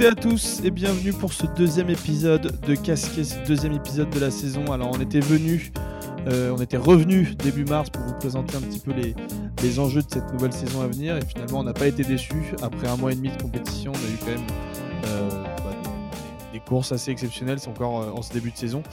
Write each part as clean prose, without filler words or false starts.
toutes et à tous et bienvenue pour ce deuxième épisode de Casquet, ce deuxième épisode de la saison. Alors on était revenu début mars pour vous présenter un petit peu les enjeux de cette nouvelle saison à venir et finalement on n'a pas été déçus. Après un mois et demi de compétition, on a eu quand même des courses assez exceptionnelles, c'est encore en ce début de saison.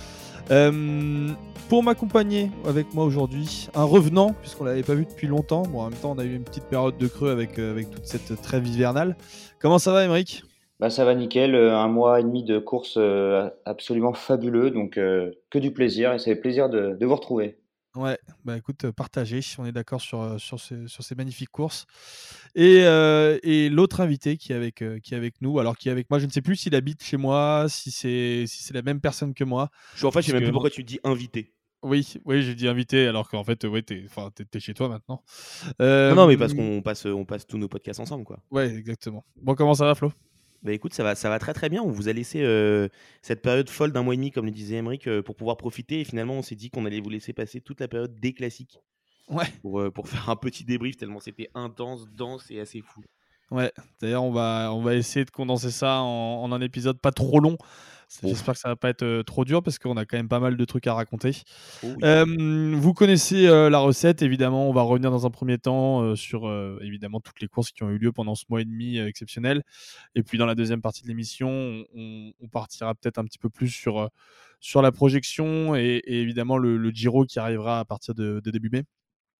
Pour m'accompagner avec moi aujourd'hui, un revenant, puisqu'on ne l'avait pas vu depuis longtemps. Bon, en même temps, on a eu une petite période de creux avec toute cette trêve hivernale. Comment ça va, Émeric ? Ça va nickel, un mois et demi de course absolument fabuleux, donc que du plaisir et ça fait plaisir de vous retrouver. Ouais, écoute, partagé, on est d'accord sur ces magnifiques courses. Et l'autre invité qui est avec nous, alors qui est avec moi, je ne sais plus s'il habite chez moi, si c'est la même personne que moi. En fait, je sais même plus pourquoi tu dis invité. Oui, j'ai dit invité, alors qu'en fait, ouais, t'es chez toi maintenant. Non, mais parce qu'on passe tous nos podcasts ensemble, quoi. Ouais, exactement. Bon, comment ça va, Flo ? Écoute, ça va très très bien. On vous a laissé cette période folle d'un mois et demi, comme le disait Emeric, pour pouvoir profiter. Et finalement, on s'est dit qu'on allait vous laisser passer toute la période des classiques. Ouais. Pour faire un petit débrief, tellement c'était intense, dense et assez fou. Ouais, d'ailleurs, on va essayer de condenser ça en un épisode pas trop long. J'espère que ça va pas être trop dur parce qu'on a quand même pas mal de trucs à raconter. Oh oui. Vous connaissez la recette, évidemment. On va revenir dans un premier temps sur évidemment toutes les courses qui ont eu lieu pendant ce mois et demi exceptionnel. Et puis dans la deuxième partie de l'émission, on partira peut-être un petit peu plus sur la projection et évidemment le Giro qui arrivera à partir de début mai.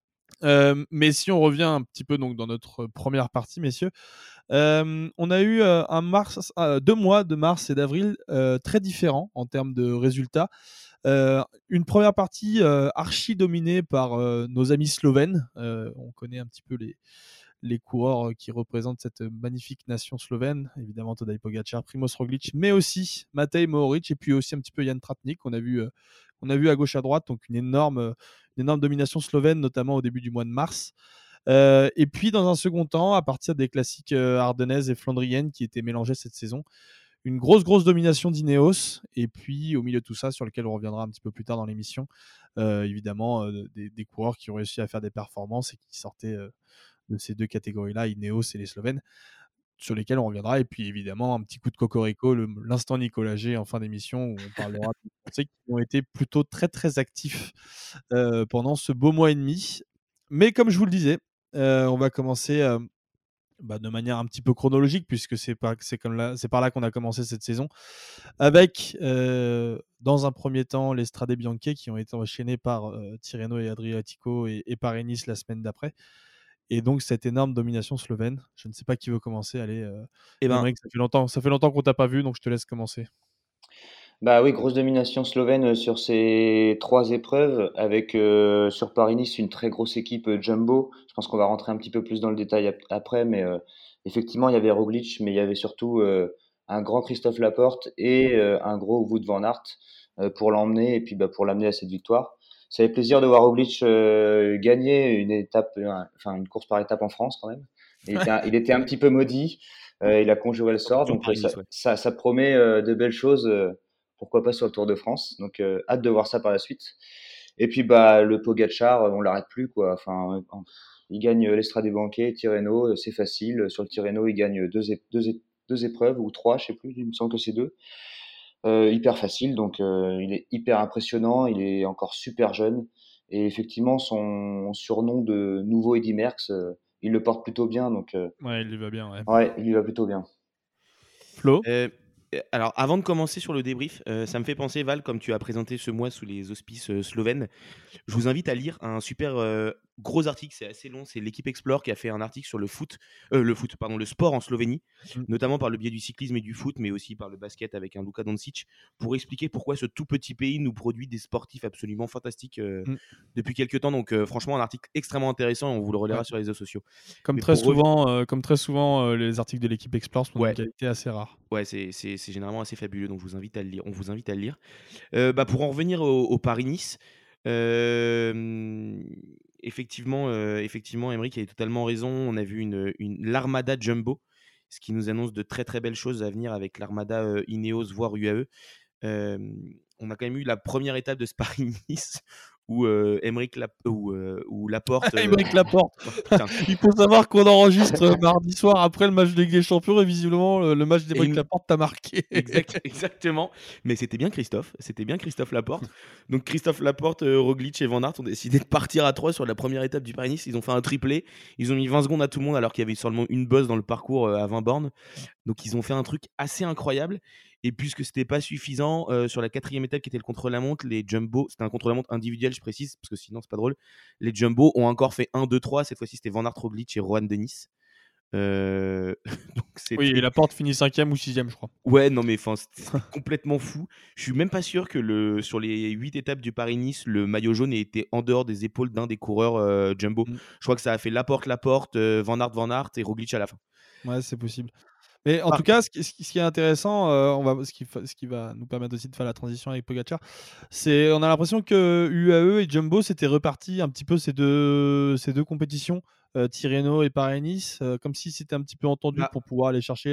Mais si on revient un petit peu donc dans notre première partie, messieurs, on a eu 2 mois de mars et d'avril très différents en termes de résultats. Une première partie archi dominée par nos amis slovènes. On connaît un petit peu les coureurs qui représentent cette magnifique nation slovène, évidemment Tadej Pogačar, Primož Roglič, mais aussi Matej Mohoric et puis aussi un petit peu Jan Tratnik qu'on a vu à gauche à droite, donc une énorme domination slovène, notamment au début du mois de mars. Et puis dans un second temps, à partir des classiques ardennaises et flandriennes qui étaient mélangées cette saison, une grosse domination d'Ineos, et puis au milieu de tout ça, sur lequel on reviendra un petit peu plus tard dans l'émission, évidemment des coureurs qui ont réussi à faire des performances et qui sortaient de ces deux catégories-là, Ineos et les Slovènes, sur lesquels on reviendra. Et puis évidemment, un petit coup de cocorico, l'instant Nicolas G en fin d'émission, où on parlera des Français qui ont été plutôt très très actifs pendant ce beau mois et demi. Mais comme je vous le disais, on va commencer de manière un petit peu chronologique, puisque c'est par là qu'on a commencé cette saison, avec dans un premier temps les Strade Bianche qui ont été enchaînés par Tirreno et Adriatico et Paris-Nice la semaine d'après. Et donc cette énorme domination slovène. Je ne sais pas qui veut commencer. Allez, Aymeric, ça fait longtemps qu'on t'a pas vu, donc je te laisse commencer. Oui, grosse domination slovène sur ces 3 épreuves, avec sur Paris-Nice une très grosse équipe jumbo. Je pense qu'on va rentrer un petit peu plus dans le détail après, mais effectivement il y avait Roglič, mais il y avait surtout un grand Christophe Laporte et un gros Wout van Aert pour l'emmener et puis pour l'amener à cette victoire. Ça fait plaisir de voir Roglič gagner une course par étape en France quand même. Il était un petit peu maudit, il a conjuré le sort, donc ça promet de belles choses. Pourquoi pas sur le Tour de France. Donc hâte de voir ça par la suite. Et puis le Pogačar, on l'arrête plus quoi. Enfin, il gagne l'Estrade Bianche, Tirreno, c'est facile. Sur le Tirreno, il gagne deux épreuves ou 3, je sais plus. Il me semble que c'est 2. Hyper facile. Donc il est hyper impressionnant. Il est encore super jeune. Et effectivement, son surnom de nouveau Eddy Merckx, il le porte plutôt bien. Donc ouais, il lui va bien. Ouais, il lui va plutôt bien. Flo ? Alors, avant de commencer sur le débrief, ça me fait penser, Val, comme tu as présenté ce mois sous les auspices slovènes, je vous invite à lire un super gros article, c'est assez long, c'est l'équipe Explore qui a fait un article sur le sport en Slovénie, notamment par le biais du cyclisme et du foot, mais aussi par le basket avec un Luka Doncic, pour expliquer pourquoi ce tout petit pays nous produit des sportifs absolument fantastiques depuis quelques temps. Donc, franchement, un article extrêmement intéressant, on vous le relaiera sur les réseaux sociaux. Comme très souvent, les articles de l'équipe Explore sont d'une qualité assez rare. Ouais, c'est généralement assez fabuleux, donc on vous invite à le lire. Pour en revenir au Paris-Nice, effectivement, Emeric avait totalement raison. On a vu l'Armada Jumbo, ce qui nous annonce de très très belles choses à venir avec l'Armada Ineos, voire UAE. On a quand même eu la première étape de ce Paris-Nice où ou Laporte. Aymeric Laporte. Oh, putain. Il faut savoir qu'on enregistre mardi soir après le match de Ligue des Champions et visiblement le match Et d'Aymeric Laporte t'a marqué. Exactement. Mais c'était bien Christophe Laporte. Donc Christophe Laporte, Roglic et Van Aert ont décidé de partir à 3 sur la première étape du Paris-Nice. Ils ont fait un triplé. Ils ont mis 20 secondes à tout le monde alors qu'il y avait seulement une bosse dans le parcours à 20 bornes. Donc ils ont fait un truc assez incroyable. Et puisque c'était pas suffisant, sur la quatrième étape qui était le contre-la-montre, les Jumbo, c'était un contre-la-montre individuel, je précise, parce que sinon c'est pas drôle. Les Jumbo ont encore fait 1, 2, 3. Cette fois-ci, c'était Van Aert, Roglic et Rohan Dennis. Donc Oui, et c'était Laporte finit 5e ou 6e, je crois. ouais, non mais enfin c'était complètement fou. Je suis même pas sûr que sur les 8 étapes du Paris-Nice, le maillot jaune ait été en dehors des épaules d'un des coureurs Jumbo. Mm. Je crois que ça a fait Laporte, Van Aert et Roglic à la fin. Ouais, c'est possible. Mais en Par tout cas, ce qui est intéressant, ce qui va nous permettre aussi de faire la transition avec Pogacar, c'est on a l'impression que UAE et Jumbo s'étaient repartis un petit peu ces deux compétitions, Tirreno et Paris-Nice, comme si c'était un petit peu entendu bah, pour pouvoir aller chercher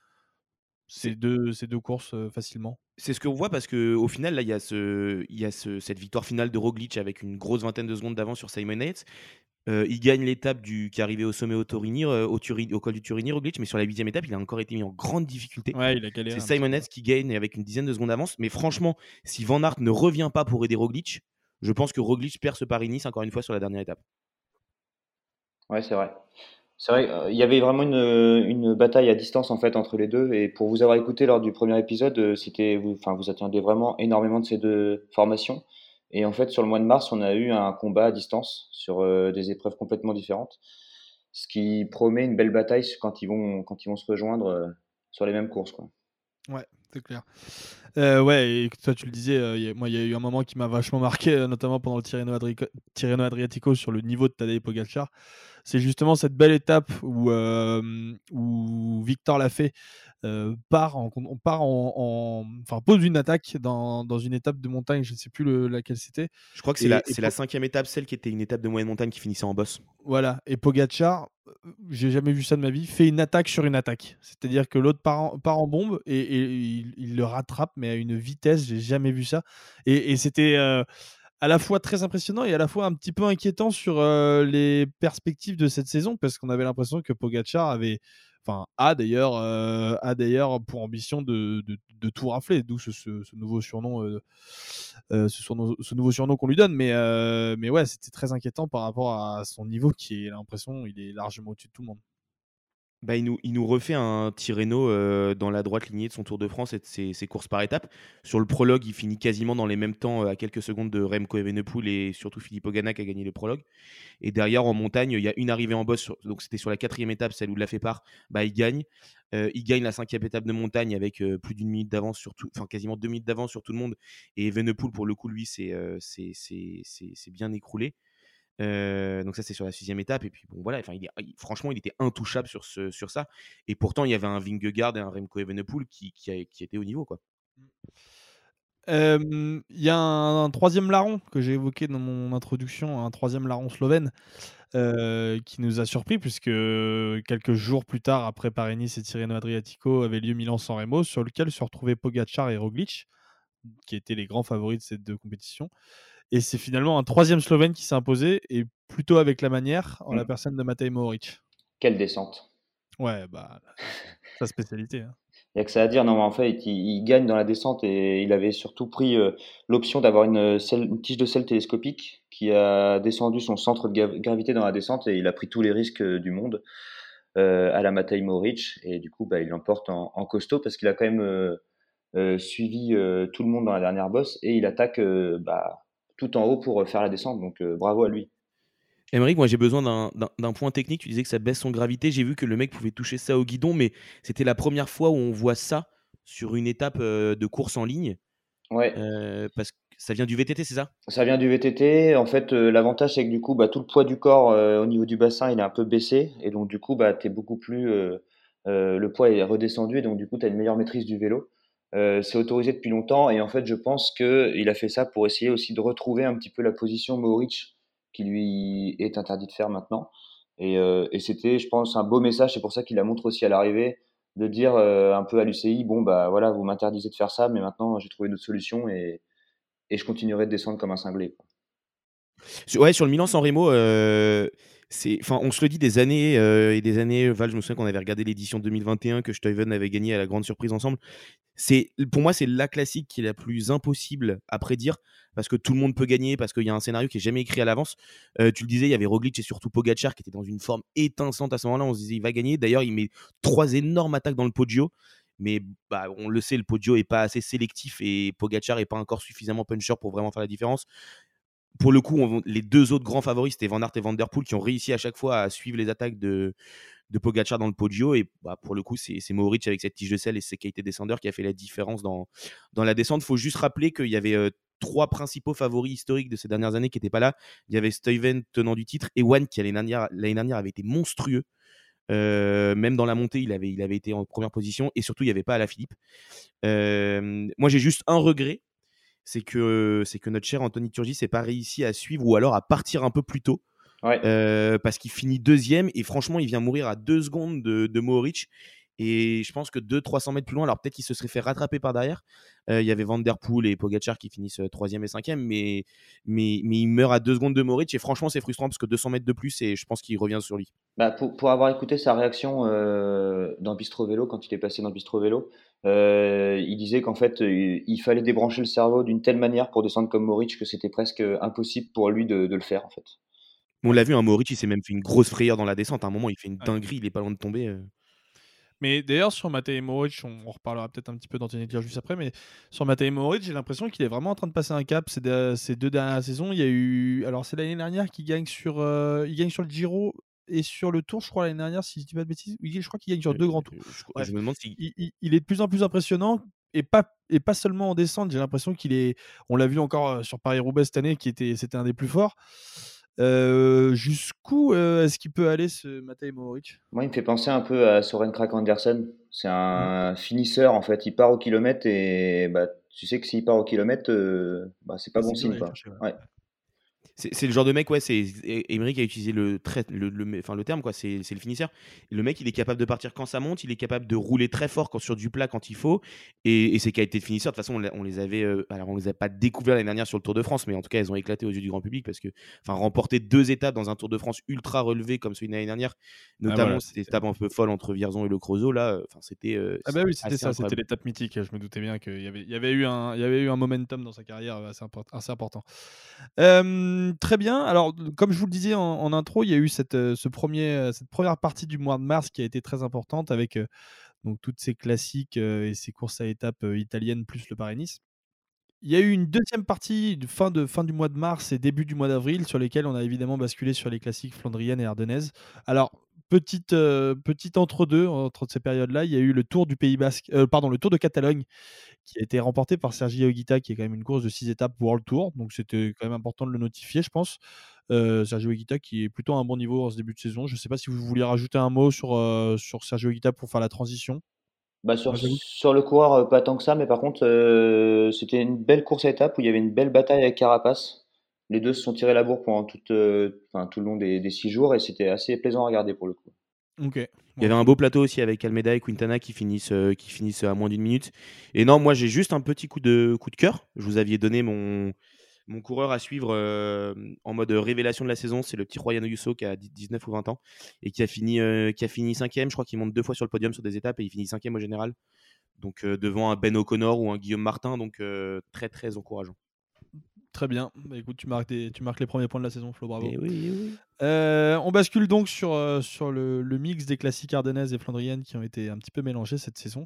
ces c'est deux courses facilement. c'est ce qu'on voit parce qu'au final, là, cette victoire finale de Roglic avec une grosse vingtaine de secondes d'avance sur Simon Yates. Il gagne l'étape qui est arrivé au sommet au Torini, au col du Turini, Roglic, mais sur la 8e étape, il a encore été mis en grande difficulté. Ouais, il a C'est galéré un petit Simon peu. Yates qui gagne avec une dizaine de secondes d'avance. Mais franchement, si Van Aert ne revient pas pour aider Roglic, je pense que Roglic perd ce Paris-Nice encore une fois sur la dernière étape. Ouais, c'est vrai. C'est vrai, il y avait vraiment une bataille à distance en fait entre les deux. Et pour vous avoir écouté lors du premier épisode, enfin, vous attendiez vraiment énormément de ces deux formations. Et en fait, sur le mois de mars, on a eu un combat à distance sur des épreuves complètement différentes, ce qui promet une belle bataille quand ils vont se rejoindre sur les mêmes courses, quoi. Ouais, c'est clair. Ouais, et toi tu le disais, moi il y a eu un moment qui m'a vachement marqué, notamment pendant le Tirreno Adriatico sur le niveau de Tadej Pogacar. C'est justement cette belle étape où Victor Lafay enfin, pose une attaque dans une étape de montagne, je ne sais plus laquelle c'était. Je crois que Et, et c'est la 5e étape, celle qui était une étape de moyenne montagne qui finissait en bosse. voilà, et Pogacar, j'ai jamais vu ça de ma vie, fait une attaque sur une attaque. C'est-à-dire que l'autre part en bombe et il le rattrape, mais à une vitesse, j'ai jamais vu ça. Et c'était à la fois très impressionnant et à la fois un petit peu inquiétant sur les perspectives de cette saison, parce qu'on avait l'impression que Pogacar a d'ailleurs pour ambition de tout rafler, d'où ce nouveau surnom, ce nouveau surnom qu'on lui donne. Mais ouais, c'était très inquiétant par rapport à son niveau qui est l'impression il est largement au-dessus de tout le monde. Bah, il nous refait un Tirreno dans la droite lignée de son Tour de France et de ses courses par étapes. Sur le prologue, il finit quasiment dans les mêmes temps, à quelques secondes de Remco Evenepoel et surtout Filippo Ganna qui a gagné le prologue. Et derrière, en montagne, il y a une arrivée en bosse. Donc, c'était sur la 4e étape, celle où il a fait part. Bah, il gagne. Il gagne la 5e étape de montagne avec plus d'une minute d'avance, enfin quasiment 2 minutes d'avance sur tout le monde. Et Evenepoel, pour le coup, lui, c'est bien écroulé. Donc ça, c'est sur la 6e étape. Et puis bon, voilà, enfin, franchement, il était intouchable sur ça. Et pourtant, il y avait un Vingegaard et un Remco Evenepoel qui étaient au niveau, quoi. Il y a un troisième larron que j'ai évoqué dans mon introduction, un troisième larron slovène, qui nous a surpris puisque quelques jours plus tard, après Paris-Nice et Tirreno Adriatico, avait lieu Milan-San Remo, sur lequel se retrouvaient Pogacar et Roglic, qui étaient les grands favoris de ces deux compétitions. Et c'est finalement un troisième Slovène qui s'est imposé, et plutôt avec la manière, en la Mm. personne de Matej Mohoric. Quelle descente! Ouais, bah, sa spécialité, hein. Il y a que ça à dire. Non, mais en fait, il gagne dans la descente et il avait surtout pris l'option d'avoir une tige de selle télescopique qui a descendu son centre de gravité dans la descente et il a pris tous les risques du monde à la Matej Mohoric et du coup, bah, il l'emporte en costaud parce qu'il a quand même suivi tout le monde dans la dernière bosse et il attaque bah, tout en haut pour faire la descente. Donc bravo à lui. Émeric, moi j'ai besoin d'un point technique. Tu disais que ça baisse son gravité. J'ai vu que le mec pouvait toucher ça au guidon, mais c'était la première fois où on voit ça sur une étape de course en ligne. Ouais. Parce que ça vient du VTT, c'est ça? Ça vient du VTT. En fait, l'avantage, c'est que du coup, bah, tout le poids du corps au niveau du bassin, il est un peu baissé. Et donc, du coup, bah, t'es beaucoup plus. Le poids est redescendu. Et donc, du coup, tu as une meilleure maîtrise du vélo. C'est autorisé depuis longtemps. Et en fait, je pense qu'il a fait ça pour essayer aussi de retrouver un petit peu la position Mohoric qui lui est interdit de faire maintenant. Et c'était, je pense, un beau message. C'est pour ça qu'il la montre aussi à l'arrivée, de dire un peu à l'UCI, bon, bah voilà, vous m'interdisez de faire ça, mais maintenant, j'ai trouvé d'autres solutions et je continuerai de descendre comme un cinglé, quoi. Sur le Milan-San Remo, on se le dit des années et des années. Val, je me souviens qu'on avait regardé l'édition 2021 que Stuyven avait gagné à la grande surprise ensemble. Pour moi, c'est la classique qui est la plus impossible à prédire parce que tout le monde peut gagner, parce qu'il y a un scénario qui est jamais écrit à l'avance. Tu le disais, il y avait Roglic et surtout Pogacar qui était dans une forme étincelante à ce moment-là. On se disait il va gagner. D'ailleurs, il met 3 énormes attaques dans le Poggio. Mais on le sait, le Poggio est pas assez sélectif et Pogacar est pas encore suffisamment puncher pour vraiment faire la différence. Pour le coup, les 2 autres grands favoris, c'était Van Aert et Van Der Poel, qui ont réussi à chaque fois à suivre les attaques de Pogacar dans le Poggio. Et pour le coup, c'est Mohoric avec cette tige de sel et ses qualités descendeurs qui a fait la différence dans la descente. Il faut juste rappeler qu'il y avait 3 principaux favoris historiques de ces dernières années qui n'étaient pas là. Il y avait Stuyven, tenant du titre, et Ewan, qui l'année dernière avait été monstrueux. Même dans la montée, il avait été en première position. Et surtout, il n'y avait pas Alaphilippe. Moi, j'ai juste un regret, c'est que notre cher Anthony Turgis n'ait pas réussi à suivre ou alors à partir un peu plus tôt. Ouais. Parce qu'il finit 2e et franchement, il vient mourir à 2 secondes de Mohoric. Et je pense que 200-300 mètres plus loin, alors peut-être qu'il se serait fait rattraper par derrière. Il y avait Van Der Poel et Pogacar qui finissent 3e et 5e, mais il meurt à 2 secondes de Mohoric. Et franchement, c'est frustrant parce que 200 mètres de plus, et je pense qu'il revient sur lui. Pour avoir écouté sa réaction dans Bistro Vélo, quand il est passé dans Bistro Vélo, il disait qu'en fait, il fallait débrancher le cerveau d'une telle manière pour descendre comme Mohoric que c'était presque impossible pour lui de le faire, en fait. On l'a vu, hein, Mohoric, il s'est même fait une grosse frayeur dans la descente. À un moment, il fait une dinguerie, il est pas loin de tomber. Mais d'ailleurs, sur Matej Mohoric, on reparlera peut-être un petit peu d'Anthony juste après, mais sur Matej Mohoric, j'ai l'impression qu'il est vraiment en train de passer un cap ces 2 dernières saisons. Il y a eu. Alors, c'est l'année dernière qu'il gagne sur le Giro et sur le Tour, je crois, l'année dernière, si je dis pas de bêtises. Je crois qu'il gagne sur 2 grands tours. Bref, Je me demande si. il est de plus en plus impressionnant et pas seulement en descente. J'ai l'impression qu'il est. On l'a vu encore sur Paris-Roubaix cette année, c'était un des plus forts. Jusqu'où est-ce qu'il peut aller ce Matej Mohoric? Moi, il me fait penser un peu à Søren Kragh Andersen. C'est un finisseur, en fait. Il part au kilomètre et tu sais que s'il part au kilomètre, c'est pas bon C'est dur signe, d'aller quoi. chercher. Ouais. C'est le genre de mec, ouais, Emery a utilisé le terme, quoi, c'est le finisseur. Et le mec, il est capable de partir quand ça monte, il est capable de rouler très fort sur du plat quand il faut. Et ses qualités de finisseur, de toute façon, on les avait, alors on les a pas découvert l'année dernière sur le Tour de France, mais en tout cas, elles ont éclaté aux yeux du grand public parce que, remporter 2 étapes dans un Tour de France ultra relevé comme celui de l'année dernière, notamment cette étape un peu folle entre Vierzon et le Creusot, là, c'était. Ah bah oui, c'était assez ça, c'était incroyable. l'étape mythique. Je me doutais bien qu'il y avait eu un momentum dans sa carrière assez important. Très bien. Alors, comme je vous le disais en intro, il y a eu cette première partie du mois de mars qui a été très importante avec donc toutes ces classiques et ces courses à étapes italiennes plus le Paris-Nice. Il y a eu une deuxième partie fin du mois de mars et début du mois d'avril sur lesquels on a évidemment basculé sur les classiques flandriennes et ardennaises. Alors, petite entre-deux, entre ces périodes-là, il y a eu le Tour du Pays Basque, le Tour de Catalogne qui a été remporté par Sergi Higuita, qui est quand même une course de 6 étapes World Tour, donc c'était quand même important de le notifier, je pense. Sergio Higuita qui est plutôt à un bon niveau en ce début de saison. Je ne sais pas si vous vouliez rajouter un mot sur Sergio Higuita pour faire la transition. Sur, Moi, j'avoue. sur le coureur, pas tant que ça, mais par contre, c'était une belle course à étapes où il y avait une belle bataille avec Carapace. Les deux se sont tirés la bourre pendant tout le long des 6 jours et c'était assez plaisant à regarder pour le coup. Ok. Il y avait un beau plateau aussi avec Almeida et Quintana qui finissent à moins d'1 minute. Et non, moi j'ai juste un petit coup de cœur. Je vous avais donné mon coureur à suivre en mode révélation de la saison. C'est le petit Royan Ayuso qui a 19 ou 20 ans et qui a fini 5e. Je crois qu'il monte 2 fois sur le podium sur des étapes et il finit 5e au général. Donc devant un Ben O'Connor ou un Guillaume Martin. Donc très très encourageant. Très bien. Bah, écoute, tu marques les premiers points de la saison, Flo, bravo. Et oui. On bascule donc sur le mix des classiques ardennaises et flandriennes qui ont été un petit peu mélangés cette saison.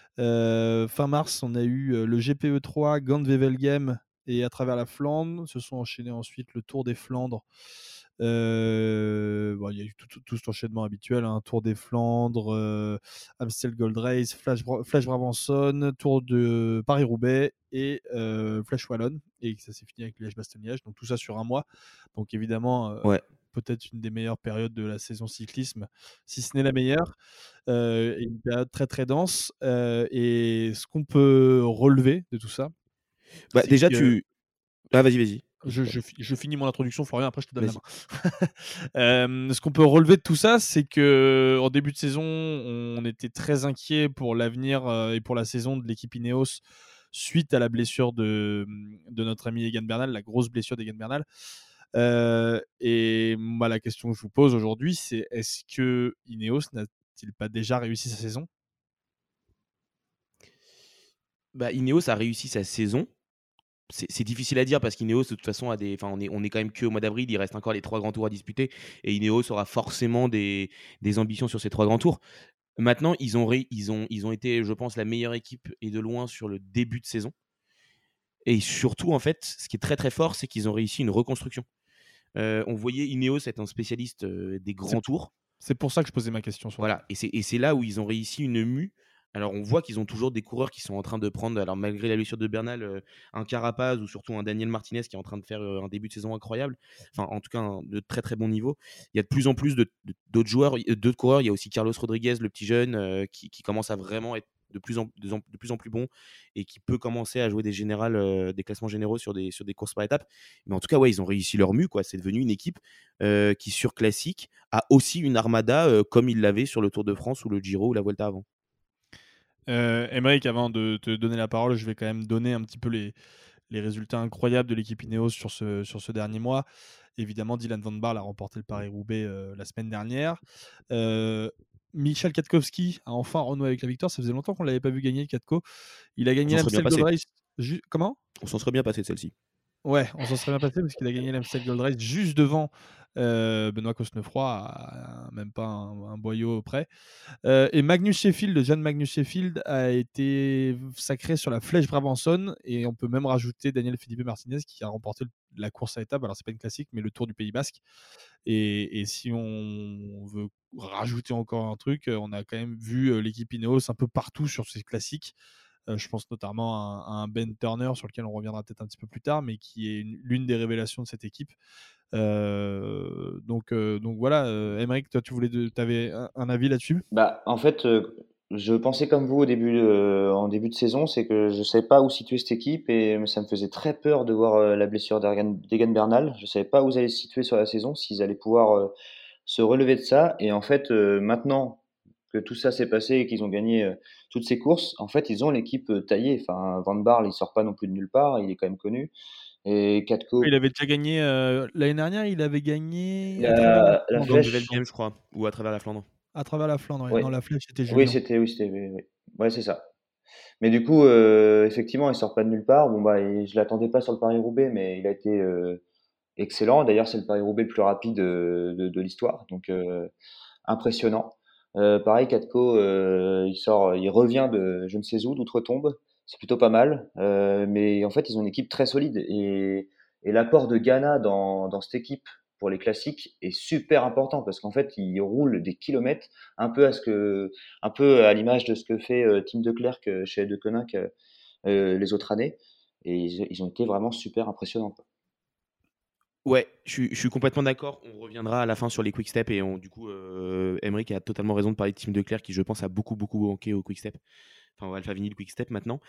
Fin mars, on a eu le GPE3, Gand-Wevelgem et à travers la Flandre. Se sont enchaînés ensuite le Tour des Flandres. Il y a eu tout cet enchaînement habituel, hein, Tour des Flandres, Amstel Gold Race, Flash Brabançonne, Tour de Paris-Roubaix et Flèche Wallonne, et ça s'est fini avec Liège-Bastogne-Liège, donc tout ça sur un mois. Donc évidemment, Ouais. peut-être une des meilleures périodes de la saison cyclisme, si ce n'est la meilleure, et une période très très dense. Et ce qu'on peut relever de tout ça, c'est Déjà, que... vas-y. Je finis mon introduction, Florian, après je te donne la main. Ce qu'on peut relever de tout ça, c'est qu'en début de saison, on était très inquiet pour l'avenir et pour la saison de l'équipe Ineos suite à la blessure de notre ami Egan Bernal, la grosse blessure d'Egan Bernal. Et moi, la question que je vous pose aujourd'hui, c'est est-ce que Ineos n'a-t-il pas déjà réussi sa saison? Bah, Ineos a réussi sa saison. C'est difficile à dire parce qu'Ineos, de toute façon, enfin, on est quand même qu'au mois d'avril. Il reste encore les 3 grands tours à disputer. Et Ineos aura forcément des ambitions sur ces 3 grands tours. Maintenant, ils ont été, je pense, la meilleure équipe et de loin sur le début de saison. Et surtout, en fait, ce qui est très très fort, c'est qu'ils ont réussi une reconstruction. On voyait Ineos être un spécialiste des C'est grands tours. c'est pour ça que je posais ma question surtout. Voilà, et c'est là où ils ont réussi une mue. Alors, on voit qu'ils ont toujours des coureurs qui sont en train de prendre, alors malgré la blessure de Bernal, un Carapaz ou surtout un Daniel Martinez qui est en train de faire un début de saison incroyable. Enfin, en tout cas, de très très bon niveau. Il y a de plus en plus d'autres joueurs, d'autres coureurs. Il y a aussi Carlos Rodriguez, le petit jeune, qui commence à vraiment être de plus en plus bon et qui peut commencer à jouer des générales, des classements généraux sur des courses par étapes. Mais en tout cas, ouais, ils ont réussi leur mue, quoi. C'est devenu une équipe qui, sur classique, a aussi une armada comme il l'avait sur le Tour de France ou le Giro ou la Vuelta avant. Aymeric, avant de te donner la parole, je vais quand même donner un petit peu les résultats incroyables de l'équipe Ineos sur ce dernier mois. Évidemment, Dylan Van Baarle a remporté le Paris-Roubaix la semaine dernière. Michal Kwiatkowski a enfin renoué avec la victoire. Ça faisait longtemps qu'on ne l'avait pas vu gagner, Katko. Il a On gagné s'en serait bien l'Amstel Gold passé. Race. Comment? On s'en serait bien passé de celle-ci. Ouais, on s'en serait bien passé parce qu'il a gagné l'Amstel Gold Race juste devant Benoît Cosnefroy, à même pas un boyau près. Et Magnus Sheffield, le jeune Magnus Sheffield, a été sacré sur la Flèche Brabançonne. Et on peut même rajouter Daniel Felipe Martinez qui a remporté la course à étapes. Alors, c'est pas une classique, mais le Tour du Pays Basque. Et si on veut rajouter encore un truc, on a quand même vu l'équipe Ineos un peu partout sur ces classiques. Je pense notamment à un Ben Turner sur lequel on reviendra peut-être un petit peu plus tard, mais qui est l'une des révélations de cette équipe. Donc voilà, Aymeric, toi tu avais un avis là-dessus? Bah, en fait, je pensais comme vous en début de saison, c'est que je savais pas où situer cette équipe et ça me faisait très peur de voir la blessure d'Egan Bernal. Je savais pas où ils allaient se situer sur la saison, s'ils allaient pouvoir se relever de ça. Et en fait, maintenant que tout ça s'est passé et qu'ils ont gagné toutes ces courses, en fait, ils ont l'équipe taillée. Enfin, Van Baarle, il sort pas non plus de nulle part, il est quand même connu. Et Il Katko, avait déjà gagné l'année dernière, il avait gagné à travers la la Flandre, Blanc il de me flèche, semble. Velgem, je crois, ou à travers la Flandre. À travers la Flandre, ouais. oui, Non, la flèche, c'était oui, Julien. oui. Ouais, c'est ça. Mais du coup, effectivement, il sort pas de nulle part. Bon, bah, je l'attendais pas sur le Paris-Roubaix, mais il a été excellent. D'ailleurs, c'est le Paris-Roubaix le plus rapide de l'histoire, donc impressionnant. Pareil, Katko, il revient de je ne sais où, d'outre-tombe. C'est plutôt pas mal. Mais en fait, ils ont une équipe très solide et l'apport de Ghana dans cette équipe pour les classiques est super important parce qu'en fait, il roule des kilomètres, un peu à l'image de ce que fait Tim de Klerk chez De Koninck les autres années. Et ils ont été vraiment super impressionnants, quoi. Ouais, je suis complètement d'accord. On reviendra à la fin sur les quick step et du coup, Emeric a totalement raison de parler de Tim Declercq qui, je pense, a beaucoup, beaucoup manqué au quick step. Enfin, au Alpha Vinyl quick step maintenant.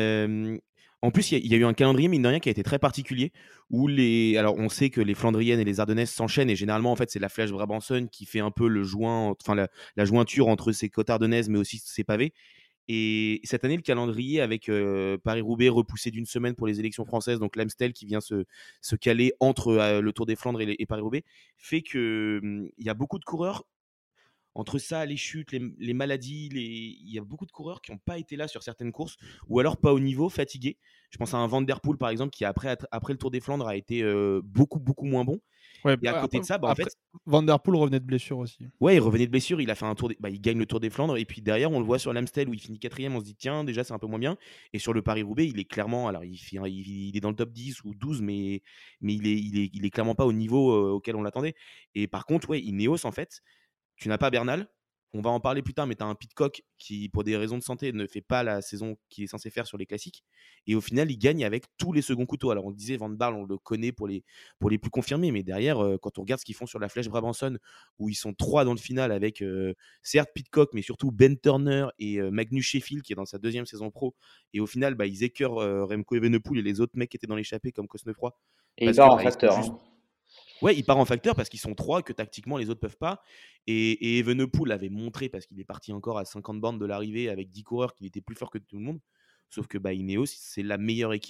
En plus, il y a eu un calendrier, mine de rien, qui a été très particulier où alors, on sait que les Flandriennes et les Ardennaises s'enchaînent et généralement, en fait, c'est la Flèche Brabançonne qui fait un peu la jointure entre ces côtes ardennaises mais aussi ces pavés. Et cette année, le calendrier avec Paris-Roubaix repoussé d'une semaine pour les élections françaises, donc l'Amstel qui vient se caler entre le Tour des Flandres et Paris-Roubaix, fait qu'il y a beaucoup de coureurs. Entre ça, les chutes, les maladies, il y a beaucoup de coureurs qui n'ont pas été là sur certaines courses, ou alors pas au niveau, fatigués. Je pense à un Van Der Poel, par exemple, qui après le Tour des Flandres a été beaucoup, beaucoup moins bon. Ouais, Et à côté de ça, bah, en après, fait, Van Der Poel revenait de blessure aussi. ouais, il revenait de blessure, il a fait il gagne le Tour des Flandres et puis derrière on le voit sur l'Amstel où il finit quatrième, on se dit tiens déjà c'est un peu moins bien et sur le Paris-Roubaix il est clairement, alors il est dans le top 10 ou 12 mais il est clairement pas au niveau auquel on l'attendait. Et par contre ouais, Ineos en fait, tu n'as pas Bernal. On va en parler plus tard, mais tu as un Pidcock qui, pour des raisons de santé, ne fait pas la saison qu'il est censé faire sur les classiques. Et au final, il gagne avec tous les seconds couteaux. Alors, on disait, Van Baarle, on le connaît pour les plus confirmés, mais derrière, quand on regarde ce qu'ils font sur la Flèche Brabançonne, où ils sont 3 dans le final avec, certes, Pidcock, mais surtout Ben Turner et Magnus Sheffield, qui est dans sa deuxième saison pro. Et au final, bah, ils écœurent Remco Evenepoel et les autres mecs qui étaient dans l'échappée, comme Cosnefroy. Et il Parce que part en bah, ils sont facteur, juste. hein. Ouais, il part en facteur parce qu'ils sont 3, que tactiquement les autres peuvent pas. Et Evenepoel avait montré, parce qu'il est parti encore à 50 bornes de l'arrivée avec 10 coureurs, qu'il était plus fort que tout le monde. Sauf que bah, Ineos, c'est la meilleure équipe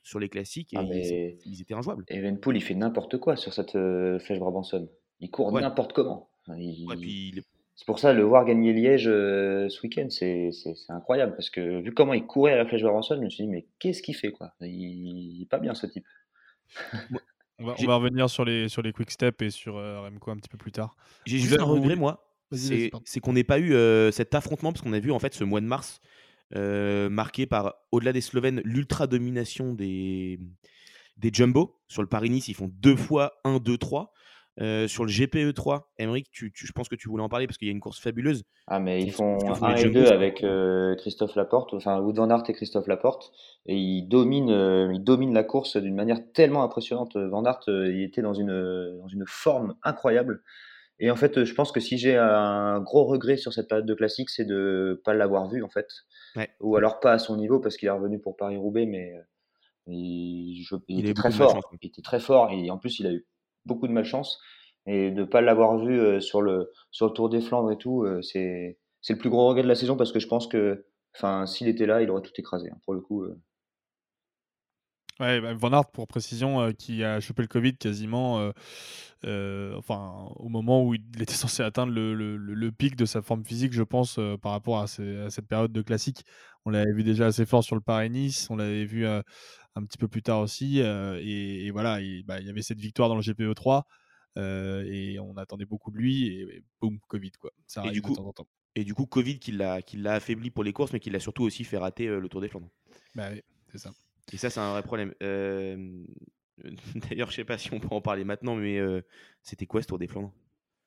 sur les classiques et Ah, mais ils étaient injouables. Evenpool, il fait n'importe quoi sur cette flèche Brabanson. Il court Ouais, n'importe comment. ouais, puis C'est pour ça, le voir gagner Liège ce week-end, c'est incroyable. Parce que vu comment il courait à la flèche Brabanson, je me suis dit, mais qu'est-ce qu'il fait, quoi? Il est pas bien, ce type. moi, On j'ai va revenir sur les quick steps et sur Remco un petit peu plus tard. j'ai juste un Vous regret, voulez... moi, Vas-y, pardon. c'est qu'on n'ait pas eu cet affrontement, parce qu'on a vu en fait ce mois de mars marqué par, au-delà des Slovènes, l'ultra domination des Jumbo. Sur le Paris-Nice, ils font 2 fois 1, 2, 3. Sur le GPE3, Emeric, je pense que tu voulais en parler parce qu'il y a une course fabuleuse. Ah, mais ils Ce que font font un les et Jumbo, 2 c'est avec incroyable. Christophe Laporte, enfin Wout van Aert et Christophe Laporte, et ils dominent la course d'une manière tellement impressionnante. Van Aert, il était dans une forme incroyable. Et en fait, je pense que si j'ai un gros regret sur cette période de classique, c'est de pas l'avoir vu en fait, Ouais, ou alors pas à son niveau parce qu'il est revenu pour Paris-Roubaix, mais il il a eu était beaucoup très de malchance. fort. Il était très fort et en plus il a eu beaucoup de malchance. Et de pas l'avoir vu sur le Tour des Flandres et tout, c'est le plus gros regret de la saison parce que je pense que, enfin, s'il était là, il aurait tout écrasé, hein, pour le coup. Ouais, bah, Van Aert, pour précision, qui a chopé le Covid quasiment enfin, au moment où il était censé atteindre le pic de sa forme physique, je pense, par rapport à cette période de classique. On l'avait vu déjà assez fort sur le Paris-Nice, on l'avait vu un petit peu plus tard aussi. Et voilà, bah, il y avait cette victoire dans le GPE3 et on attendait beaucoup de lui. Et boum, Covid, quoi. Ça Et du arrive de coup, temps en temps. Covid qui l'a affaibli pour les courses, mais qui l'a surtout aussi fait rater le Tour des Flandres. Bah oui, c'est ça. Et ça, c'est un vrai problème. D'ailleurs, je sais pas si on peut en parler maintenant, mais c'était quoi ce Tour des Flandres?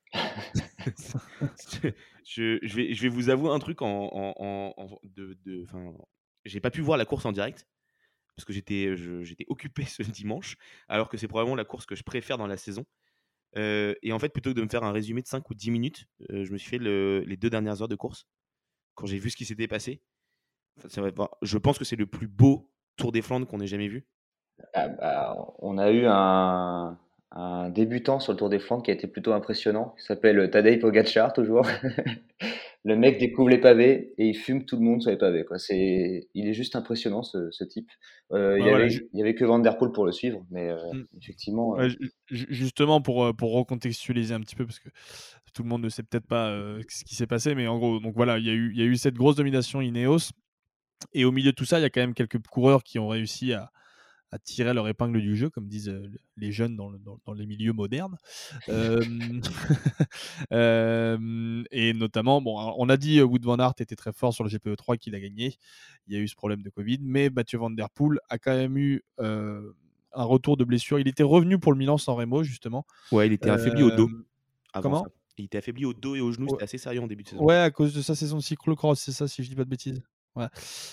Je vais vous avouer un truc enfin, j'ai pas pu voir la course en direct parce que j'étais occupé ce dimanche, alors que c'est probablement la course que je préfère dans la saison. Et en fait, plutôt que de me faire un résumé de 5 ou 10 minutes, je me suis fait les 2 dernières heures de course quand j'ai vu ce qui s'était passé. Enfin, je pense que c'est le plus beau Tour des Flandres qu'on ait jamais vu. Ah, bah, on a eu un débutant sur le Tour des Flandres qui a été plutôt impressionnant. Il s'appelle Tadej Pogacar, toujours. Le mec découvre les pavés et il fume tout le monde sur les pavés, quoi. Il est juste impressionnant, ce type. Bah voilà, Il y avait que Van der Poel pour le suivre, mais effectivement, ouais, justement pour recontextualiser un petit peu, parce que tout le monde ne sait peut-être pas ce qui s'est passé, mais en gros, donc voilà, il y a eu cette grosse domination Ineos, et au milieu de tout ça, il y a quand même quelques coureurs qui ont réussi à tirer leur épingle du jeu, comme disent les jeunes dans les milieux modernes. Euh, et notamment, bon, alors, on a dit Wout van Aert était très fort sur le GPE3 qu'il a gagné. Il y a eu ce problème de Covid, mais Mathieu Van Der Poel a quand même eu un retour de blessure. Il était revenu pour le Milan-San Remo, justement. Ouais, il était affaibli au Euh, dos avant ça. Comment Il était affaibli au dos et aux genoux, Ouais, c'était assez sérieux en début de saison. ouais, à cause de sa saison de cyclocross, c'est ça, si je dis pas de bêtises. Ouais.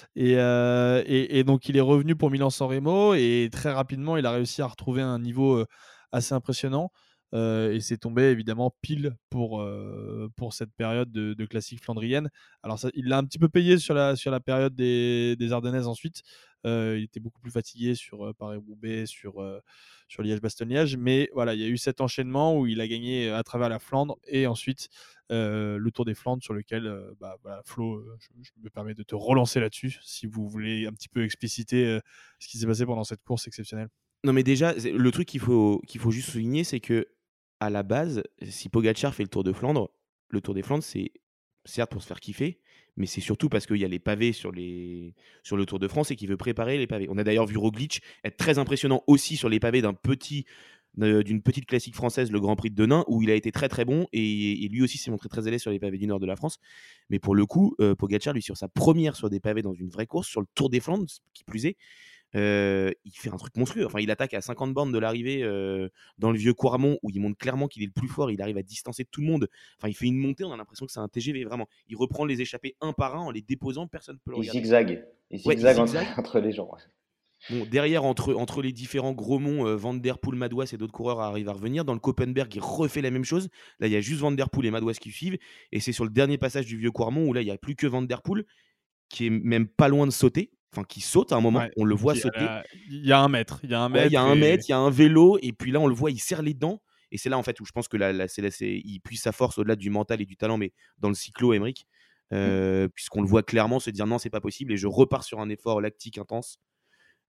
Et donc il est revenu pour Milan-San Remo et très rapidement il a réussi à retrouver un niveau assez impressionnant, et c'est tombé évidemment pile pour cette période de classique flandrienne. Alors ça, il l'a un petit peu payé sur la période des Ardennaises ensuite. Il était beaucoup plus fatigué sur Paris-Roubaix, sur Liège-Bastogne-Liège, mais voilà, il y a eu cet enchaînement où il a gagné à travers la Flandre et ensuite le Tour des Flandres, sur lequel bah, voilà, Flo, je me permets de te relancer là-dessus si vous voulez un petit peu expliciter ce qui s'est passé pendant cette course exceptionnelle. Non, mais déjà, le truc qu'il faut juste souligner, c'est que à la base, si Pogacar fait le Tour de Flandre, le Tour des Flandres, c'est certes pour se faire kiffer, mais c'est surtout parce qu'il y a les pavés sur le Tour de France et qu'il veut préparer les pavés. On a d'ailleurs vu Roglic être très impressionnant aussi sur les pavés d'une petite classique française, le Grand Prix de Denain, où il a été très très bon et lui aussi s'est montré très à l'aise sur les pavés du nord de la France. Mais pour le coup, Pogacar, lui, sur sa première sur des pavés dans une vraie course, sur le Tour des Flandres, qui plus est, il fait un truc monstrueux. Enfin, il attaque à 50 bornes de l'arrivée dans le vieux Quarmont où il montre clairement qu'il est le plus fort. Il arrive à distancer tout le monde. Enfin, il fait une montée. On a l'impression que c'est un TGV vraiment. Il reprend les échappés un par un en les déposant. Personne ne peut le il regarder. zigzague. Il Ouais, il zigzague entre, zigzague. entre les gens. Bon, derrière, entre les différents gros monts, Van Der Poel, Madouas et d'autres coureurs arrivent à revenir. Dans le Koppenberg, il refait la même chose. Là, il y a juste Van Der Poel et Madouas qui suivent. Et c'est sur le dernier passage du vieux Quarmont où là, il n'y a plus que Van Der Poel qui est même pas loin de sauter. Enfin, qui saute à un moment. Ouais. On le voit sauter. Il y a un mètre. Il y a un Ouais, il y a mètre un et mètre, il y a un vélo, et puis là, on le voit, il serre les dents. Et c'est là, en fait, où je pense que il puise sa force au-delà du mental et du talent, mais dans le cyclo, Emeric, puisqu'on le voit clairement se dire non, c'est pas possible, et je repars sur un effort lactique intense.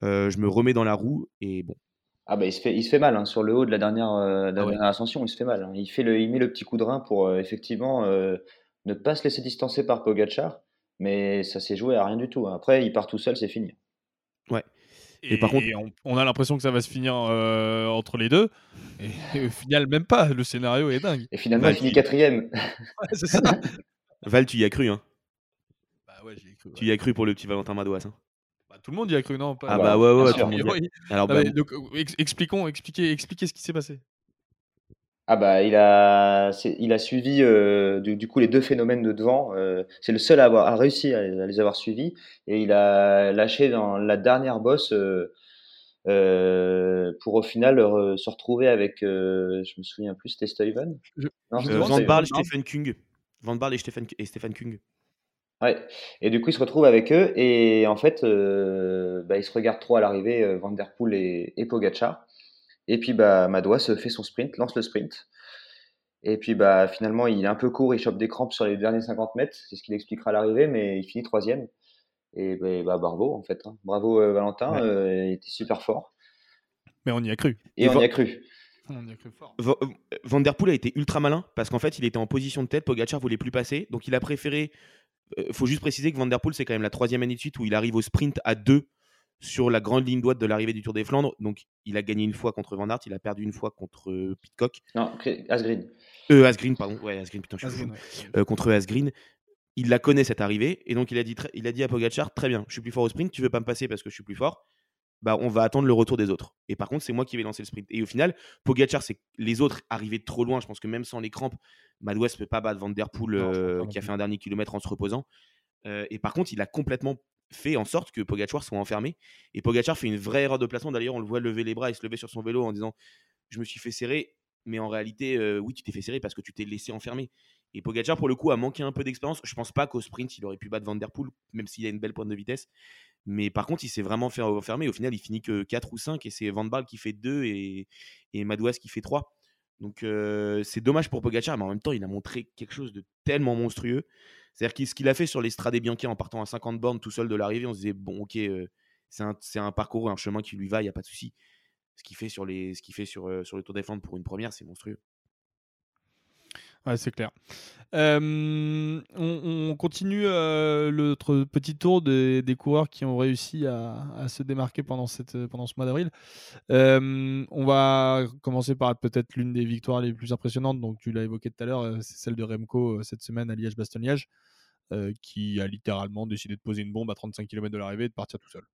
Je me remets dans la roue et bon. Ah bah, il se fait mal, hein, sur le haut de de Ah la ouais. dernière ascension, il se fait mal, hein. Il met le petit coup de rein pour, effectivement, ne pas se laisser distancer par Pogačar, mais ça s'est joué à rien du tout, hein. Après, il part tout seul, c'est fini. Ouais. Et par contre, Et on a l'impression que ça va se finir entre les deux. Et au final, même pas. Le scénario est dingue. Et finalement, il Val, finit tu, 4e. Ouais, c'est ça. Val, tu y as cru, hein. Bah ouais, j'y ai cru. Tu Ouais. y as cru pour le petit Valentin Madouas, hein. Bah, tout le monde y a cru, non? Ah Ah Pas, bah bah, ouais, bien ouais, tout sûr. le a monde y a. priori. Alors Non, bah, mais donc, expliquez ce qui s'est passé. Ah bah, il a suivi, du coup les 2 phénomènes de devant, c'est le seul à réussi à les avoir suivis et il a lâché dans la dernière bosse, pour au final, se retrouver avec, je me souviens plus, c'était Stuyven? Non, Je me c'était pas demande Van si c'est Stuyven. Van Barle, Barle. Stephen Kung. Van Barle et Stephen Kung. Ouais, et du coup, il se retrouve avec eux et en fait, bah, ils se regardent trop à l'arrivée, Van der Poel et Pogačar et puis, bah, Madouas fait son sprint, lance le sprint et puis, bah, finalement, il est un peu court, il chope des crampes sur les derniers 50 mètres, c'est ce qu'il expliquera à l'arrivée, mais il finit 3e et beh, bah, bravo en fait, hein. Bravo, Valentin, Ouais. il était super fort Mais on y a cru. et Et on y a cru. On y a cru fort. Van der Poel a été ultra malin parce qu'en fait, il était en position de tête. Pogacar voulait plus passer, donc il a préféré. Faut juste préciser que Van der Poel, c'est quand même la 3e année de suite où il arrive au sprint à 2 sur la grande ligne droite de l'arrivée du Tour des Flandres. Donc, il a gagné une fois contre Van Aert, il a perdu une fois contre Pidcock. Non, Asgreen. Asgreen, pardon. Ouais, Asgreen, putain, je suis fou. Asgreen, ouais. Contre Asgreen. Il la connaît cette arrivée et donc il a dit à Pogacar, très bien, je suis plus fort au sprint, tu veux pas me passer parce que je suis plus fort, bah on va attendre le retour des autres. Et par contre, c'est moi qui vais lancer le sprint. Et au final, Pogacar, c'est les autres arrivaient trop loin. Je pense que même sans les crampes, Madouas ne peut pas battre Van Der Poel Non, je pense pas non qui a plus. fait un dernier kilomètre en se reposant. Et par contre, il a complètement fait en sorte que Pogacar soit enfermé. Et Pogacar fait une vraie erreur de placement. D'ailleurs, on le voit lever les bras et se lever sur son vélo en disant je me suis fait serrer, mais en réalité, oui, tu t'es fait serrer parce que tu t'es laissé enfermer. Et Pogacar, pour le coup, a manqué un peu d'expérience. Je pense pas qu'au sprint, il aurait pu battre Van Der Poel, même s'il a une belle pointe de vitesse. Mais par contre, il s'est vraiment fait enfermer. Au final, il finit que 4 ou 5 et c'est Van Barle qui fait 2 et Madouas qui fait 3. Donc c'est dommage pour Pogacar, mais en même temps, il a montré quelque chose de tellement monstrueux. C'est-à-dire que ce qu'il a fait sur les Strade Bianchi en partant à 50 bornes tout seul de l'arrivée, on se disait, bon, ok, c'est un parcours, un chemin qui lui va, il n'y a pas de souci. Ce qu'il fait sur le Tour des Flandres pour une première, c'est monstrueux. Ouais, c'est clair. On continue notre petit tour des coureurs qui ont réussi à se démarquer pendant ce mois d'avril. On va commencer par peut-être l'une des victoires les plus impressionnantes. Donc, tu l'as évoqué tout à l'heure, c'est celle de Remco cette semaine à Liège-Bastogne-Liège, qui a littéralement décidé de poser une bombe à 35 km de l'arrivée et de partir tout seul.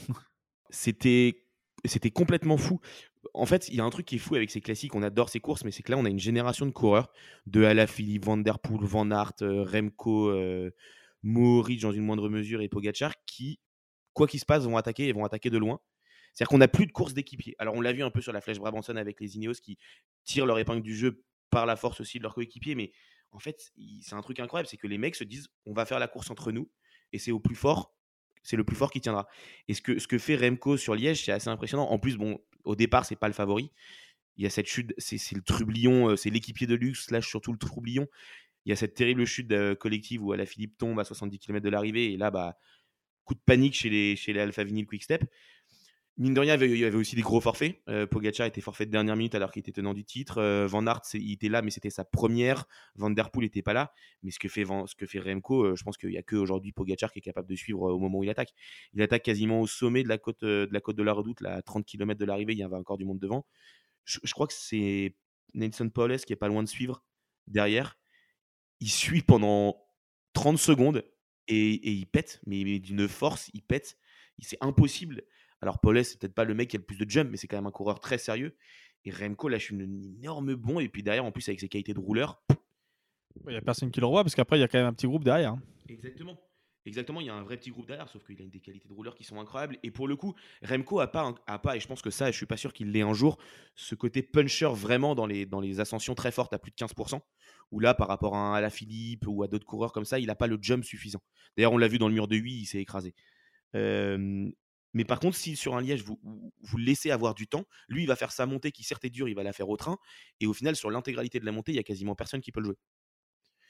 C'était complètement fou. En fait, il y a un truc qui est fou avec ces classiques, on adore ces courses, mais c'est que là, on a une génération de coureurs, de Alaphilippe, Van Der Poel, Van Aert, Remco, Mohoric dans une moindre mesure et Pogacar, qui, quoi qu'il se passe, vont attaquer et vont attaquer de loin. C'est-à-dire qu'on n'a plus de course d'équipiers. Alors, on l'a vu un peu sur la Flèche Brabançonne avec les Ineos qui tirent leur épingle du jeu par la force aussi de leurs coéquipiers, mais en fait, c'est un truc incroyable, c'est que les mecs se disent, on va faire la course entre nous, et c'est au plus fort, c'est le plus fort qui tiendra. Et ce que fait Remco sur Liège, c'est assez impressionnant. En plus, bon, au départ, c'est pas le favori. Il y a cette chute, c'est le trublion, c'est l'équipier de luxe, slash surtout le troublion. Il y a cette terrible chute collective où Alaphilippe tombe à 70 km de l'arrivée. Et là, bah, coup de panique chez les Alpha Vinyl Quick Step. Mine de rien, il y avait aussi des gros forfaits. Pogacar était forfait de dernière minute alors qu'il était tenant du titre. Van Aert, il était là, mais c'était sa première. Van Der Poel n'était pas là. Mais ce que fait Remco, je pense qu'il n'y a qu'aujourd'hui Pogacar qui est capable de suivre au moment où il attaque. Il attaque quasiment au sommet de la côte de la Redoute, là, à 30 km de l'arrivée. Il y avait encore du monde devant. Je crois que c'est Nelson Paulès qui est pas loin de suivre derrière. Il suit pendant 30 secondes et il pète, mais d'une force, il pète. C'est impossible. Alors, Paulès, c'est peut-être pas le mec qui a le plus de jump, mais c'est quand même un coureur très sérieux. Et Remco lâche une énorme bombe. Et puis derrière, en plus, avec ses qualités de rouleur. Il n'y a personne qui le revoit parce qu'après, il y a quand même un petit groupe derrière. Hein. Exactement. Exactement, il y a un vrai petit groupe derrière, sauf qu'il a des qualités de rouleur qui sont incroyables. Et pour le coup, Remco a pas, et je pense que ça, je suis pas sûr qu'il l'ait un jour, ce côté puncher vraiment dans les ascensions très fortes à plus de 15%, où là, par rapport à un Alaphilippe ou à d'autres coureurs comme ça, il n'a pas le jump suffisant. D'ailleurs, on l'a vu dans le mur de 8, il s'est écrasé. Mais par contre, si sur un Liège, vous le laissez avoir du temps, lui, il va faire sa montée qui certes est dure, il va la faire au train. Et au final, sur l'intégralité de la montée, il y a quasiment personne qui peut le jouer.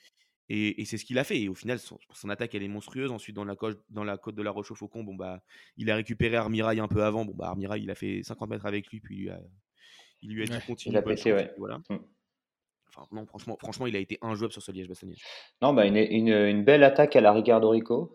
Et c'est ce qu'il a fait. Et au final, son attaque, elle est monstrueuse. Ensuite, dans la côte de la Roche-au-Faucon, bon, bah, il a récupéré Armirail un peu avant. Bon, bah, Armirail, il a fait 50 mètres avec lui, puis il lui a dit Ouais. Il continue, a bonne pété, chance. Et ouais. puis voilà. Enfin, non, franchement, il a été injouable sur ce Liège-Bastogne-Liège. Non, bah, une belle attaque à la Ricardo Rico.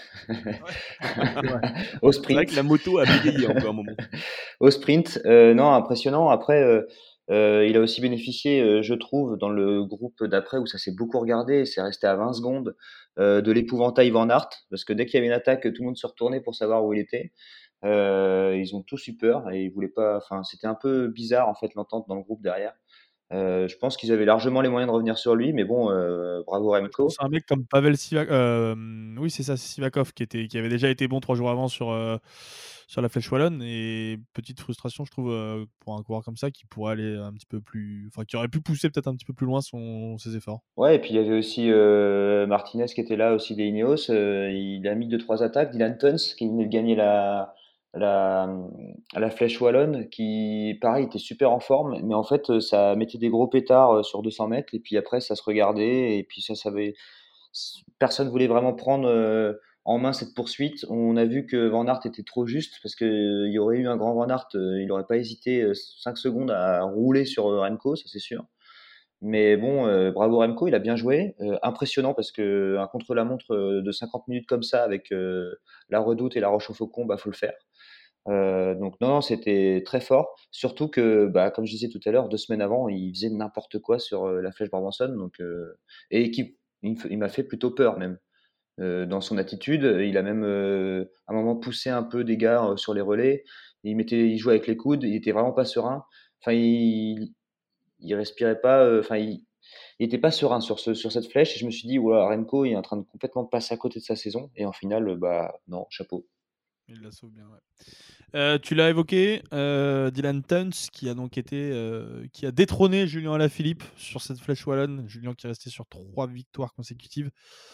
Ouais. Au C'est vrai que la sprint. moto a bégayé un peu à un moment. Au sprint, non, impressionnant. Après, il a aussi bénéficié, je trouve, dans le groupe d'après où ça s'est beaucoup regardé, c'est resté à 20 secondes, de l'épouvantail Van Aert, parce que dès qu'il y avait une attaque, tout le monde se retournait pour savoir où il était. Ils ont tous eu peur et ils voulaient pas. Enfin, c'était un peu bizarre en fait l'entente dans le groupe derrière. Je pense qu'ils avaient largement les moyens de revenir sur lui, mais bon, bravo Je pense Remco. à un mec comme Pavel Sivakov, oui, c'est ça, Sivakov, qui avait déjà été bon 3 jours avant sur la Flèche Wallonne. Et petite frustration, je trouve, pour un coureur comme ça, qui pourrait aller un petit peu plus, enfin, qui aurait pu pousser peut-être un petit peu plus loin ses efforts. Ouais, et puis il y avait aussi Martinez qui était là aussi des Ineos. Il a mis 2-3 attaques. Dylan Teuns qui venait de gagner la, la Flèche Wallonne, qui pareil était super en forme, mais en fait ça mettait des gros pétards sur 200 mètres et puis après ça se regardait et puis personne voulait vraiment prendre en main cette poursuite. On a vu que Van Aert était trop juste parce que il y aurait eu un grand Van Aert, il n'aurait pas hésité 5 secondes à rouler sur Remco, ça c'est sûr. Mais bon, bravo Remco, il a bien joué. Impressionnant parce que un contre-la-montre de 50 minutes comme ça avec la Redoute et la Roche-au-Faucon, bah faut le faire. Donc non, c'était très fort. Surtout que, bah, comme je disais tout à l'heure, 2 semaines avant, il faisait n'importe quoi sur la Flèche Brabançonne. Et il m'a fait plutôt peur même. Dans son attitude, il a même à un moment poussé un peu des gars sur les relais. Il jouait avec les coudes, il était vraiment pas serein. Enfin, il respirait pas. Enfin, il était pas serein sur cette flèche. Et je me suis dit, ouais, Remco, il est en train de complètement passer à côté de sa saison. Et en finale, bah non, chapeau. Il la sauve bien, ouais. Tu l'as évoqué, Dylan Teuns, qui a détrôné Julien Alaphilippe sur cette Flèche Wallonne. Julien qui est resté sur 3 victoires consécutives.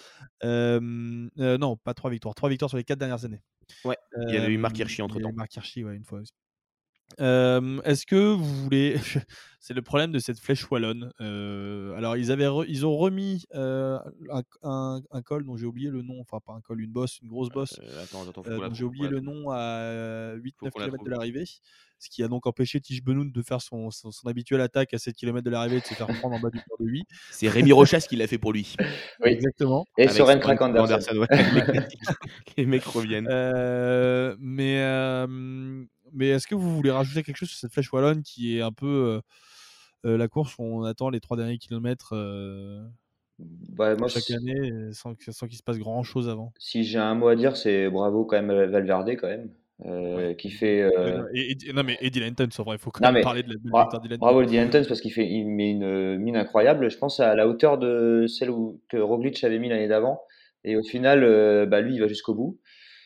Non, pas 3 victoires. 3 victoires sur les 4 dernières années. Ouais, il y avait eu Marc Hirschi Il y a entre-temps. eu Marc Hirschi, ouais, une fois aussi. Est-ce que vous voulez c'est le problème de cette Flèche Wallonne. Alors ils ont remis un col dont j'ai oublié le nom, enfin pas un col, une grosse bosse, Attends, faut qu'on la dont j'ai trouve. oublié le nom, à 8-9 Faut qu'on la km de trouve. l'arrivée, ce qui a donc empêché Tish Benoun de faire son habituelle attaque à 7 km de l'arrivée et de se faire prendre en bas du mur de 8. C'est Rémi Rochas qui l'a fait pour lui. Oui. Exactement. Et Avec Soren Soren Krak Andersen. ouais, les classiques. Les mecs reviennent. Mais est-ce que vous voulez rajouter quelque chose sur cette Flèche Wallonne qui est un peu la course où on attend les 3 derniers kilomètres Bah, moi, chaque année sans qu'il se passe grand chose avant? si j'ai un mot à dire, c'est bravo quand même à Valverde quand même, Ouais. qui fait. Non, mais Eddie Lenton, c'est vrai, il faut quand Non même mais parler de la belle victoire d'Dylan Teuns. bravo Dylan Teuns parce il met une mine incroyable. Je pense à la hauteur de celle que Roglic avait mis l'année d'avant. Et au final, bah lui, il va jusqu'au bout.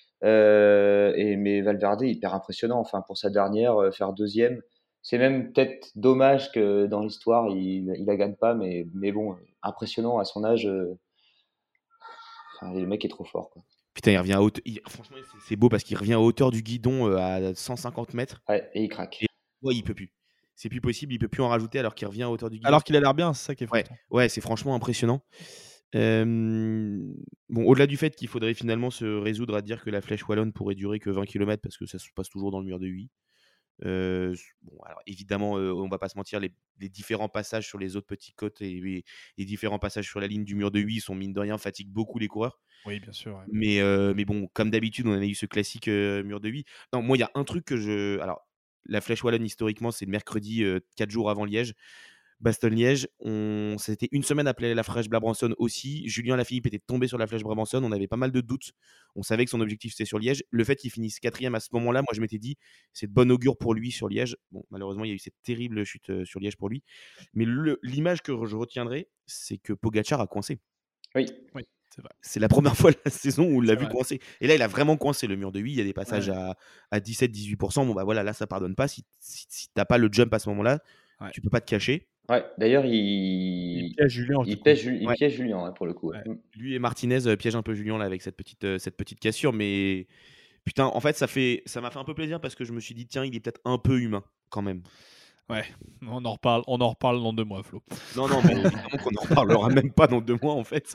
Mais Valverde, hyper impressionnant. Enfin, pour sa dernière, faire deuxième. C'est même peut-être dommage que dans l'histoire, il la gagne pas. Mais bon, impressionnant à son âge. Enfin, le mec est trop fort, quoi. Putain, il revient à hauteur. Franchement, c'est beau parce qu'il revient à hauteur du guidon à 150 mètres. Ouais, et il craque. Et ouais, il peut plus. C'est plus possible, il peut plus en rajouter alors qu'il revient à hauteur du guidon. Alors qu'il a l'air bien, c'est ça qui est frustrant. Ouais, c'est franchement impressionnant. Bon, au-delà du fait qu'il faudrait finalement se résoudre à dire que la Flèche Wallonne pourrait durer que 20 km parce que ça se passe toujours dans le mur de Huy. Bon, alors évidemment, on va pas se mentir, les différents passages sur les autres petites côtes et les différents passages sur la ligne du mur de Huy sont mine de rien fatiguent beaucoup les coureurs. Oui, bien sûr. Ouais. Mais bon, comme d'habitude, on a eu ce classique mur de Huy. Non, moi, il y a un truc que alors, la Flèche Wallonne, historiquement, c'est le mercredi 4 jours avant Liège. Bastogne-Liège, c'était une semaine après la Flèche Brabançonne aussi. Julien Alaphilippe était tombé sur la Flèche Brabançonne. On avait pas mal de doutes. On savait que son objectif c'était sur Liège. Le fait qu'il finisse 4e à ce moment-là, moi je m'étais dit c'est de bon augure pour lui sur Liège. Bon, malheureusement, il y a eu cette terrible chute sur Liège pour lui. Mais l'image que je retiendrai, c'est que Pogacar a coincé. Oui. C'est vrai. C'est la première fois de la saison où on l'a C'est vu vrai. coincer. Et là, il a vraiment coincé le mur de Huy. Il y a des passages à 17-18%. Bon, bah voilà, là, ça pardonne pas. Si t'as pas le jump à ce moment-là, tu peux pas te cacher. Ouais, d'ailleurs, Il piège Julien. il piège Julien hein, pour le coup. Ouais. Lui et Martinez piègent un peu Julien là avec cette petite cassure, mais putain, en fait, ça m'a fait un peu plaisir parce que je me suis dit tiens, il est peut-être un peu humain quand même. Ouais, on en reparle dans 2 mois, Flo. Non, non, mais évidemment qu'on n'en reparlera même pas dans 2 mois, en fait.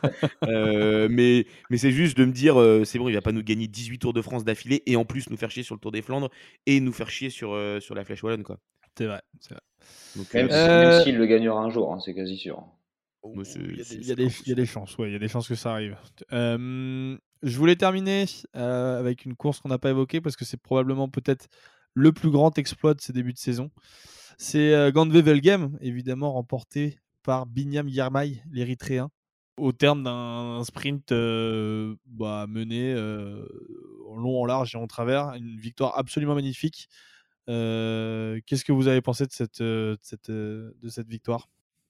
Mais c'est juste de me dire, c'est bon, il va pas nous gagner 18 Tours de France d'affilée et en plus nous faire chier sur le Tour des Flandres et nous faire chier sur la Flèche Wallonne, quoi. C'est vrai, c'est vrai. Donc, Même s'il le gagnera un jour, hein, c'est quasi sûr. Moi, c'est Il y a c'est des, il y c'est a pas des, il y a impossible. des chances, ouais, il y a des chances que ça arrive. Je voulais terminer avec une course qu'on n'a pas évoquée parce que c'est probablement peut-être le plus grand exploit de ces débuts de saison. C'est Gand-Wevelgem, évidemment remporté par Binyam Girmay, l'Érythréen, au terme d'un sprint mené en long, en large et en travers. Une victoire absolument magnifique. Qu'est-ce que vous avez pensé de cette victoire?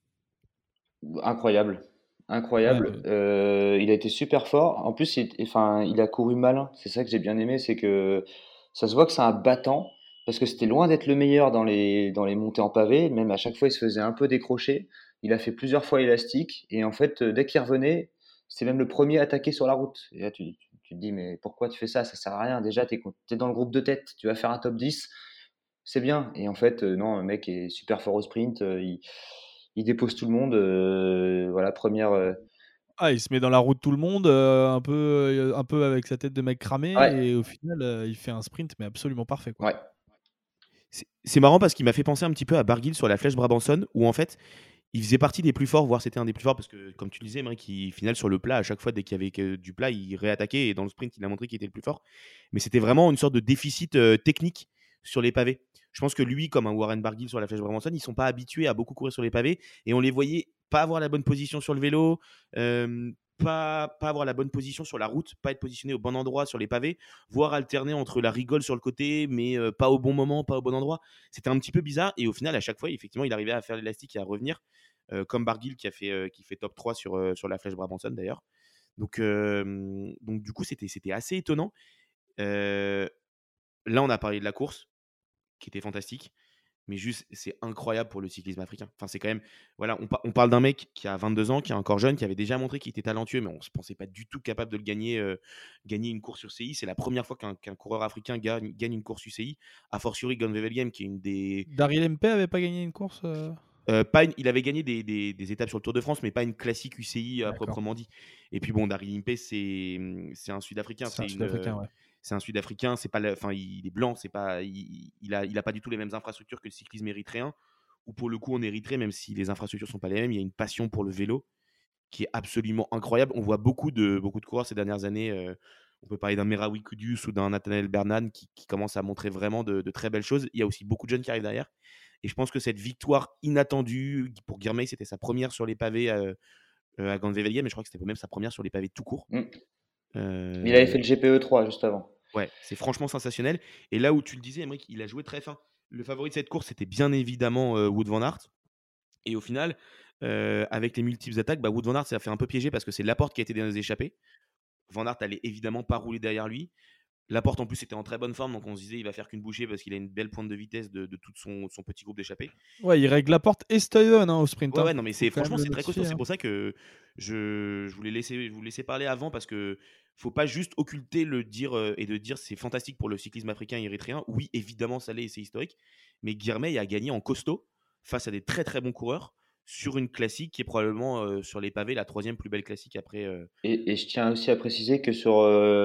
Incroyable, Ouais, incroyable. Il a été super fort. En plus, il a couru malin. C'est ça que j'ai bien aimé, c'est que ça se voit que c'est un battant parce que c'était loin d'être le meilleur dans les montées en pavé. Même à chaque fois, il se faisait un peu décrocher. Il a fait plusieurs fois élastique et en fait, dès qu'il revenait, c'était même le premier attaqué sur la route. Et là, tu te dis, mais pourquoi tu fais ça? Ça sert à rien. Déjà, t'es dans le groupe de tête. Tu vas faire un top 10. C'est bien. Et en fait, non, le mec est super fort au sprint. Il dépose tout le monde. Voilà, première. Ah, il se met dans la roue de tout le monde, un peu avec sa tête de mec cramé Ouais, et au final, il fait un sprint mais absolument parfait, quoi. ouais. C'est marrant parce qu'il m'a fait penser un petit peu à Barguil sur la Flèche Brabançonne où en fait, il faisait partie des plus forts, voire c'était un des plus forts parce que comme tu le disais, Aymeric, il final sur le plat, à chaque fois dès qu'il y avait que du plat, il réattaquait et dans le sprint, il a montré qu'il était le plus fort. Mais c'était vraiment une sorte de déficit technique sur les pavés. Je pense que lui, comme un Warren Barguil sur la Flèche Brabançonne, ils sont pas habitués à beaucoup courir sur les pavés et on les voyait pas avoir la bonne position sur le vélo, pas avoir la bonne position sur la route, pas être positionné au bon endroit sur les pavés, voire alterner entre la rigole sur le côté, mais pas au bon moment, pas au bon endroit. C'était un petit peu bizarre et au final, à chaque fois, effectivement, il arrivait à faire l'élastique et à revenir, comme Barguil qui fait top 3 sur la Flèche Brabançonne d'ailleurs. Donc du coup, c'était assez étonnant. Euh, Là, on a parlé de la course, qui était fantastique. Mais juste, c'est incroyable pour le cyclisme africain. Enfin, c'est quand même. Voilà, on parle d'un mec qui a 22 ans, qui est encore jeune, qui avait déjà montré qu'il était talentueux, mais on ne se pensait pas du tout capable de le gagner une course UCI. C'est la première fois qu'un coureur africain gagne une course UCI. A fortiori, Gone Wevelgem, qui est une des. Daryl Impey avait pas gagné une course Il avait gagné des étapes sur le Tour de France, mais pas une classique UCI à D'accord. proprement dit. Et puis bon, Daryl Impey, c'est un Sud-Africain. C'est un Sud-Africain, ouais. C'est un Sud-Africain, c'est pas enfin, il est blanc, c'est pas, il a pas du tout les mêmes infrastructures que le cyclisme érythréen. Ou pour le coup, en Érythrée, même si les infrastructures sont pas les mêmes, il y a une passion pour le vélo qui est absolument incroyable. On voit beaucoup de coureurs ces dernières années. On peut parler d'un Merawi Kudus ou d'un Nathanael Bernal qui commencent à montrer vraiment de très belles choses. Il y a aussi beaucoup de jeunes qui arrivent derrière. Et je pense que cette victoire inattendue pour Girmay, c'était sa première sur les pavés à Gand-Wevelgem, mais je crois que c'était même sa première sur les pavés tout court. Mm. Il avait Euh, fait le GPE 3 juste avant. Ouais, c'est franchement sensationnel. Et là où tu le disais, Aymeric, il a joué très fin. Le favori de cette course, c'était bien évidemment Wout van Aert. Et au final, avec les multiples attaques, Wout van Aert s'est fait un peu piéger parce que c'est Laporte qui a été dans les échappées. Van Aert allait évidemment pas rouler derrière lui. Laporte en plus était en très bonne forme, donc on se disait il va faire qu'une bouchée parce qu'il a une belle pointe de vitesse de tout son petit groupe d'échappés. Ouais, il règle Laporte et Stuyven au sprint. Ouais, non, mais Faut quand franchement, même le c'est très costaud. notifier. C'est pour ça que je voulais vous laisser parler avant parce que faut pas juste occulter le dire et de dire c'est fantastique pour le cyclisme africain et érythréen. Oui, évidemment, ça l'est et c'est historique. Mais Girmay a gagné en costaud face à des très très bons coureurs sur une classique qui est probablement sur les pavés la troisième plus belle classique après. Et je tiens aussi à préciser que sur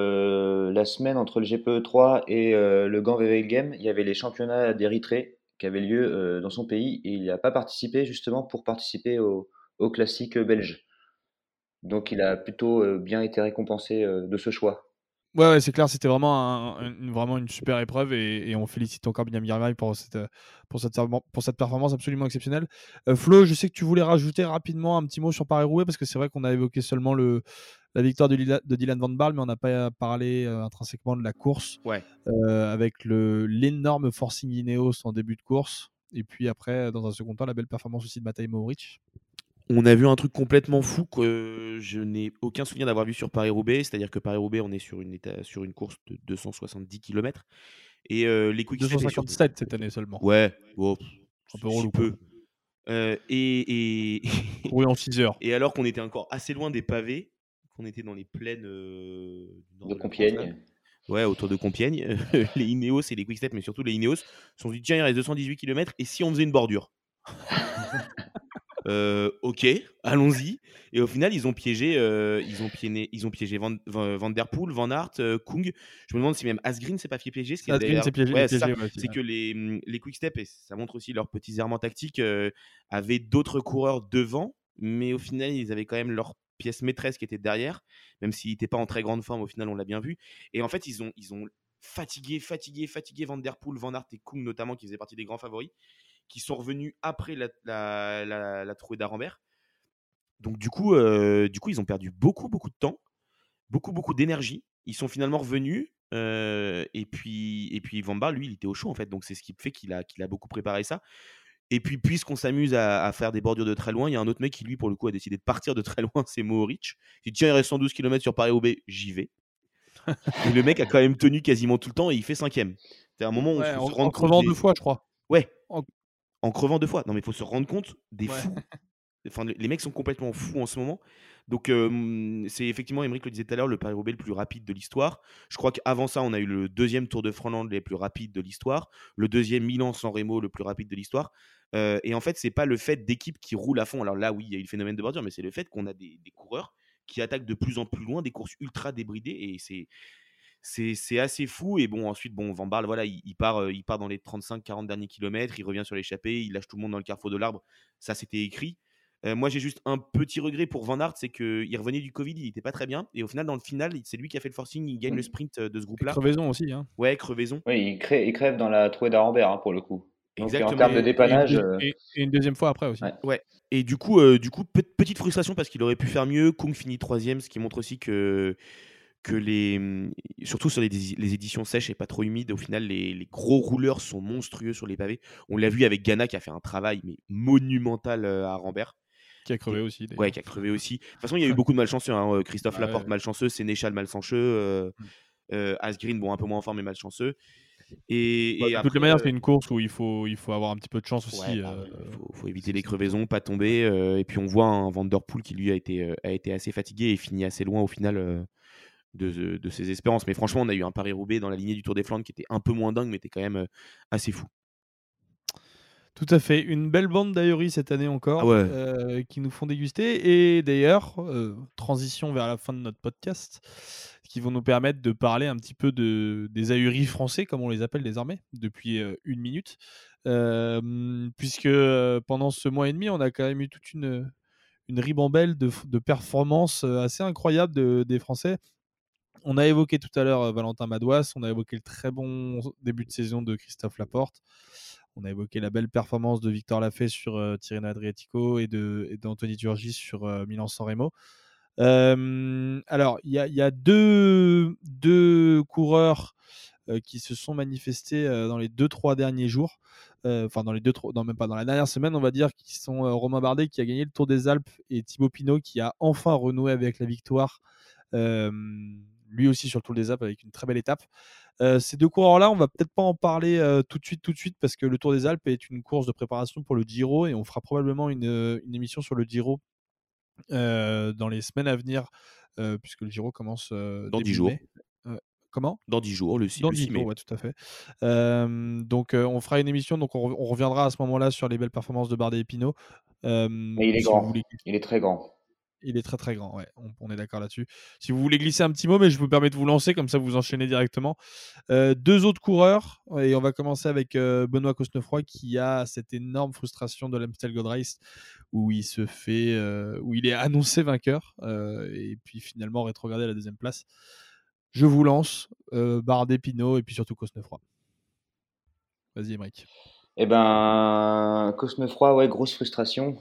la semaine entre le GPE 3 et le Gand-Wevelgem, il y avait les championnats d'Érythrée qui avaient lieu dans son pays et il n'a pas participé justement pour participer au classique belge. Donc il a plutôt bien été récompensé de ce choix. Ouais, c'est clair, c'était vraiment vraiment une super épreuve et on félicite encore Binyam Girmay pour cette performance absolument exceptionnelle. Flo, je sais que tu voulais rajouter rapidement un petit mot sur Paris-Roubaix parce que c'est vrai qu'on a évoqué seulement la victoire de Dylan Van Baarle, mais on n'a pas parlé intrinsèquement de la course Ouais. avec l'énorme forcing Ineos en début de course et puis après, dans un second temps, la belle performance aussi de Matej Mohoric. On a vu un truc complètement fou que je n'ai aucun souvenir d'avoir vu sur Paris-Roubaix. C'est-à-dire que Paris-Roubaix, on est sur une course de 270 km. Et les quick-step et surtout. 257 cette année seulement. Ouais, bon, Un peu si relou, quoi. peu. Et Courir en 6 heures. et alors qu'on était encore assez loin des pavés, qu'on était dans les plaines du nord De de la France, là, Compiègne. Ouais, autour de Compiègne. Les Ineos et les Quick-Step, mais surtout les Ineos, se sont dit: «Tiens, il reste 218 kilomètres et si on faisait une bordure?» OK, allons-y et au final, ils ont piégé Van der Poel, Van Aert, Kung. Je me demande si même Asgreen s'est pas fait piéger, ce qui est Asgreen d'ailleurs s'est piégé, est ouais, c'est ça, piégé ouais, aussi, c'est ouais. que les Quick-Step et ça montre aussi leurs petits errements tactiques, avaient d'autres coureurs devant, mais au final, ils avaient quand même leur pièce maîtresse qui était derrière, même s'il était pas en très grande forme, au final, on l'a bien vu et en fait, ils ont fatigué Van der Poel, Van Aert et Kung notamment, qui faisaient partie des grands favoris qui sont revenus après la trouée d'Arambert. Donc du coup, ils ont perdu beaucoup de temps, beaucoup d'énergie. Ils sont finalement revenus. Et puis Van Baarle, lui, il était au chaud en fait. Donc c'est ce qui fait qu'il a beaucoup préparé ça. Et puis puisqu'on s'amuse à faire des bordures de très loin, il y a un autre mec qui lui pour le coup a décidé de partir de très loin, c'est Mohoric. Il dit tiens, il reste 112 km sur Paris-Roubaix, j'y vais. Et le mec a quand même tenu quasiment tout le temps et il fait cinquième. C'est un moment où il Ouais, faut se en rendre compte crevant 2 des fois, je crois. ouais, En en crevant 2 fois. Non mais il faut se rendre compte des ouais. fous. Enfin, les mecs sont complètement fous en ce moment. Donc, c'est effectivement, Aymeric le disait tout à l'heure, le Paris-Roubaix le plus rapide de l'histoire. Je crois qu'avant ça, on a eu le deuxième Tour de Finlande le plus rapide de l'histoire, le deuxième Milan-San Remo le plus rapide de l'histoire. Et en fait, c'est pas le fait d'équipes qui roulent à fond. Alors là, oui, il y a eu le phénomène de bordure, mais c'est le fait qu'on a des coureurs qui attaquent de plus en plus loin, des courses ultra débridées. Et c'est assez fou. Et bon, ensuite, bon, Van Baarle, voilà, il part dans les 35-40 derniers kilomètres, il revient sur l'échappée, il lâche tout le monde dans le carrefour de l'arbre. Ça, c'était écrit. Moi, j'ai juste un petit regret pour Van Aert, c'est qu'il revenait du Covid, il n'était pas très bien. Et au final, dans le final, c'est lui qui a fait le forcing, il gagne le sprint de ce Et groupe-là. crevaison aussi, hein. Ouais, crevaison. Oui, il crève dans la trouée d'Arambert, pour le coup. Donc en termes Exactement. de Et dépannage, une 2e fois après aussi. ouais. Ouais. Et du coup, petite frustration parce qu'il aurait pu faire mieux. Kung finit troisième, ce qui montre aussi que surtout sur les éditions sèches et pas trop humides, au final, les gros rouleurs sont monstrueux sur les pavés. On l'a vu avec Ghana qui a fait un travail mais monumental à Rambert. Qui a crevé Et aussi ouais, d'ailleurs. qui a crevé aussi. De toute façon, il y a eu beaucoup de malchanceux, hein. Christophe Bah Laporte ouais. malchanceux, Sénéchal malchanceux, Mmh. Asgreen, bon, un peu moins en forme mais malchanceux. Bah, Et de toutes les après, manières, c'est une course où il faut avoir un petit peu de chance ouais, aussi, bah oui, faut éviter les c'est important. crevaisons, pas Ouais. tomber. Et puis on voit un Van der Poel qui lui a été assez fatigué et finit assez loin au final de ses espérances. Mais franchement, on a eu un Paris-Roubaix dans la lignée du Tour des Flandres qui était un peu moins dingue, mais était quand même assez fou. Tout à fait. Une belle bande d'ahuris cette année Ah encore, ouais. qui nous font déguster et d'ailleurs, transition vers la fin de notre podcast, qui vont nous permettre de parler un petit peu des ahuris français, comme on les appelle désormais, depuis, 1 minute. Puisque, pendant ce mois et demi, on a quand même eu toute une ribambelle de performances, assez incroyables des Français. On a évoqué tout à l'heure Valentin Madouas, on a évoqué le très bon début de saison de Christophe Laporte, on a évoqué la belle performance de Victor Lafay sur Tirreno Adriatico et d'Anthony Turgis sur Milan-San Remo. Alors, il y a deux coureurs qui se sont manifestés dans les 2-3 derniers jours, enfin non, même pas dans la dernière semaine, on va dire, qui sont Romain Bardet qui a gagné le Tour des Alpes et Thibaut Pinot qui a enfin renoué avec la victoire. Euh, Lui aussi sur le Tour des Alpes avec une très belle étape. Ces deux coureurs-là, on va peut-être pas en parler tout de suite, parce que le Tour des Alpes est une course de préparation pour le Giro et on fera probablement une émission sur le Giro dans les semaines à venir, puisque le Giro commence Dans 10 début jours. mai. Comment? Dans 10 jours, Dans le 10 6 jours, mai. ouais, tout à fait. Donc, on fera une émission, donc on reviendra à ce moment-là sur les belles performances de Bardet et Pinot. Mais il est Si vous voulez grand. Il est très grand. Il est très très grand, ouais, on est d'accord là-dessus. Si vous voulez glisser un petit mot, mais je vous permets de vous lancer, comme ça vous enchaînez directement. Deux autres coureurs, et on va commencer avec Benoît Cosnefroy qui a cette énorme frustration de l'Amstel Gold Race où où il est annoncé vainqueur et puis finalement rétrogradé à la deuxième place. Je vous lance Bardet, Pinot et puis surtout Cosnefroy. Vas-y, Émeric. Eh ben, Cosnefroy, ouais, grosse frustration.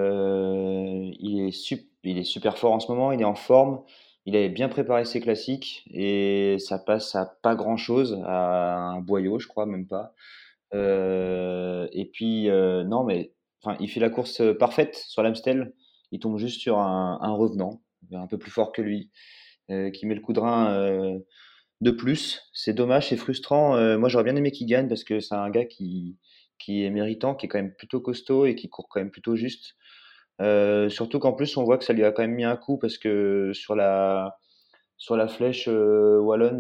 Il est super fort en ce moment, il est en forme. Il avait bien préparé ses classiques et ça passe à pas grand-chose, à un boyau, je crois, même pas. Et puis, non, mais enfin, il fait la course parfaite sur l'Amstel. Il tombe juste sur un revenant, un peu plus fort que lui, qui met le coup de rein de plus. C'est dommage, c'est frustrant. Moi, j'aurais bien aimé qu'il gagne parce que c'est un gars qui est méritant, qui est quand même plutôt costaud et qui court quand même plutôt juste. Surtout qu'en plus, on voit que ça lui a quand même mis un coup parce que sur la flèche wallonne,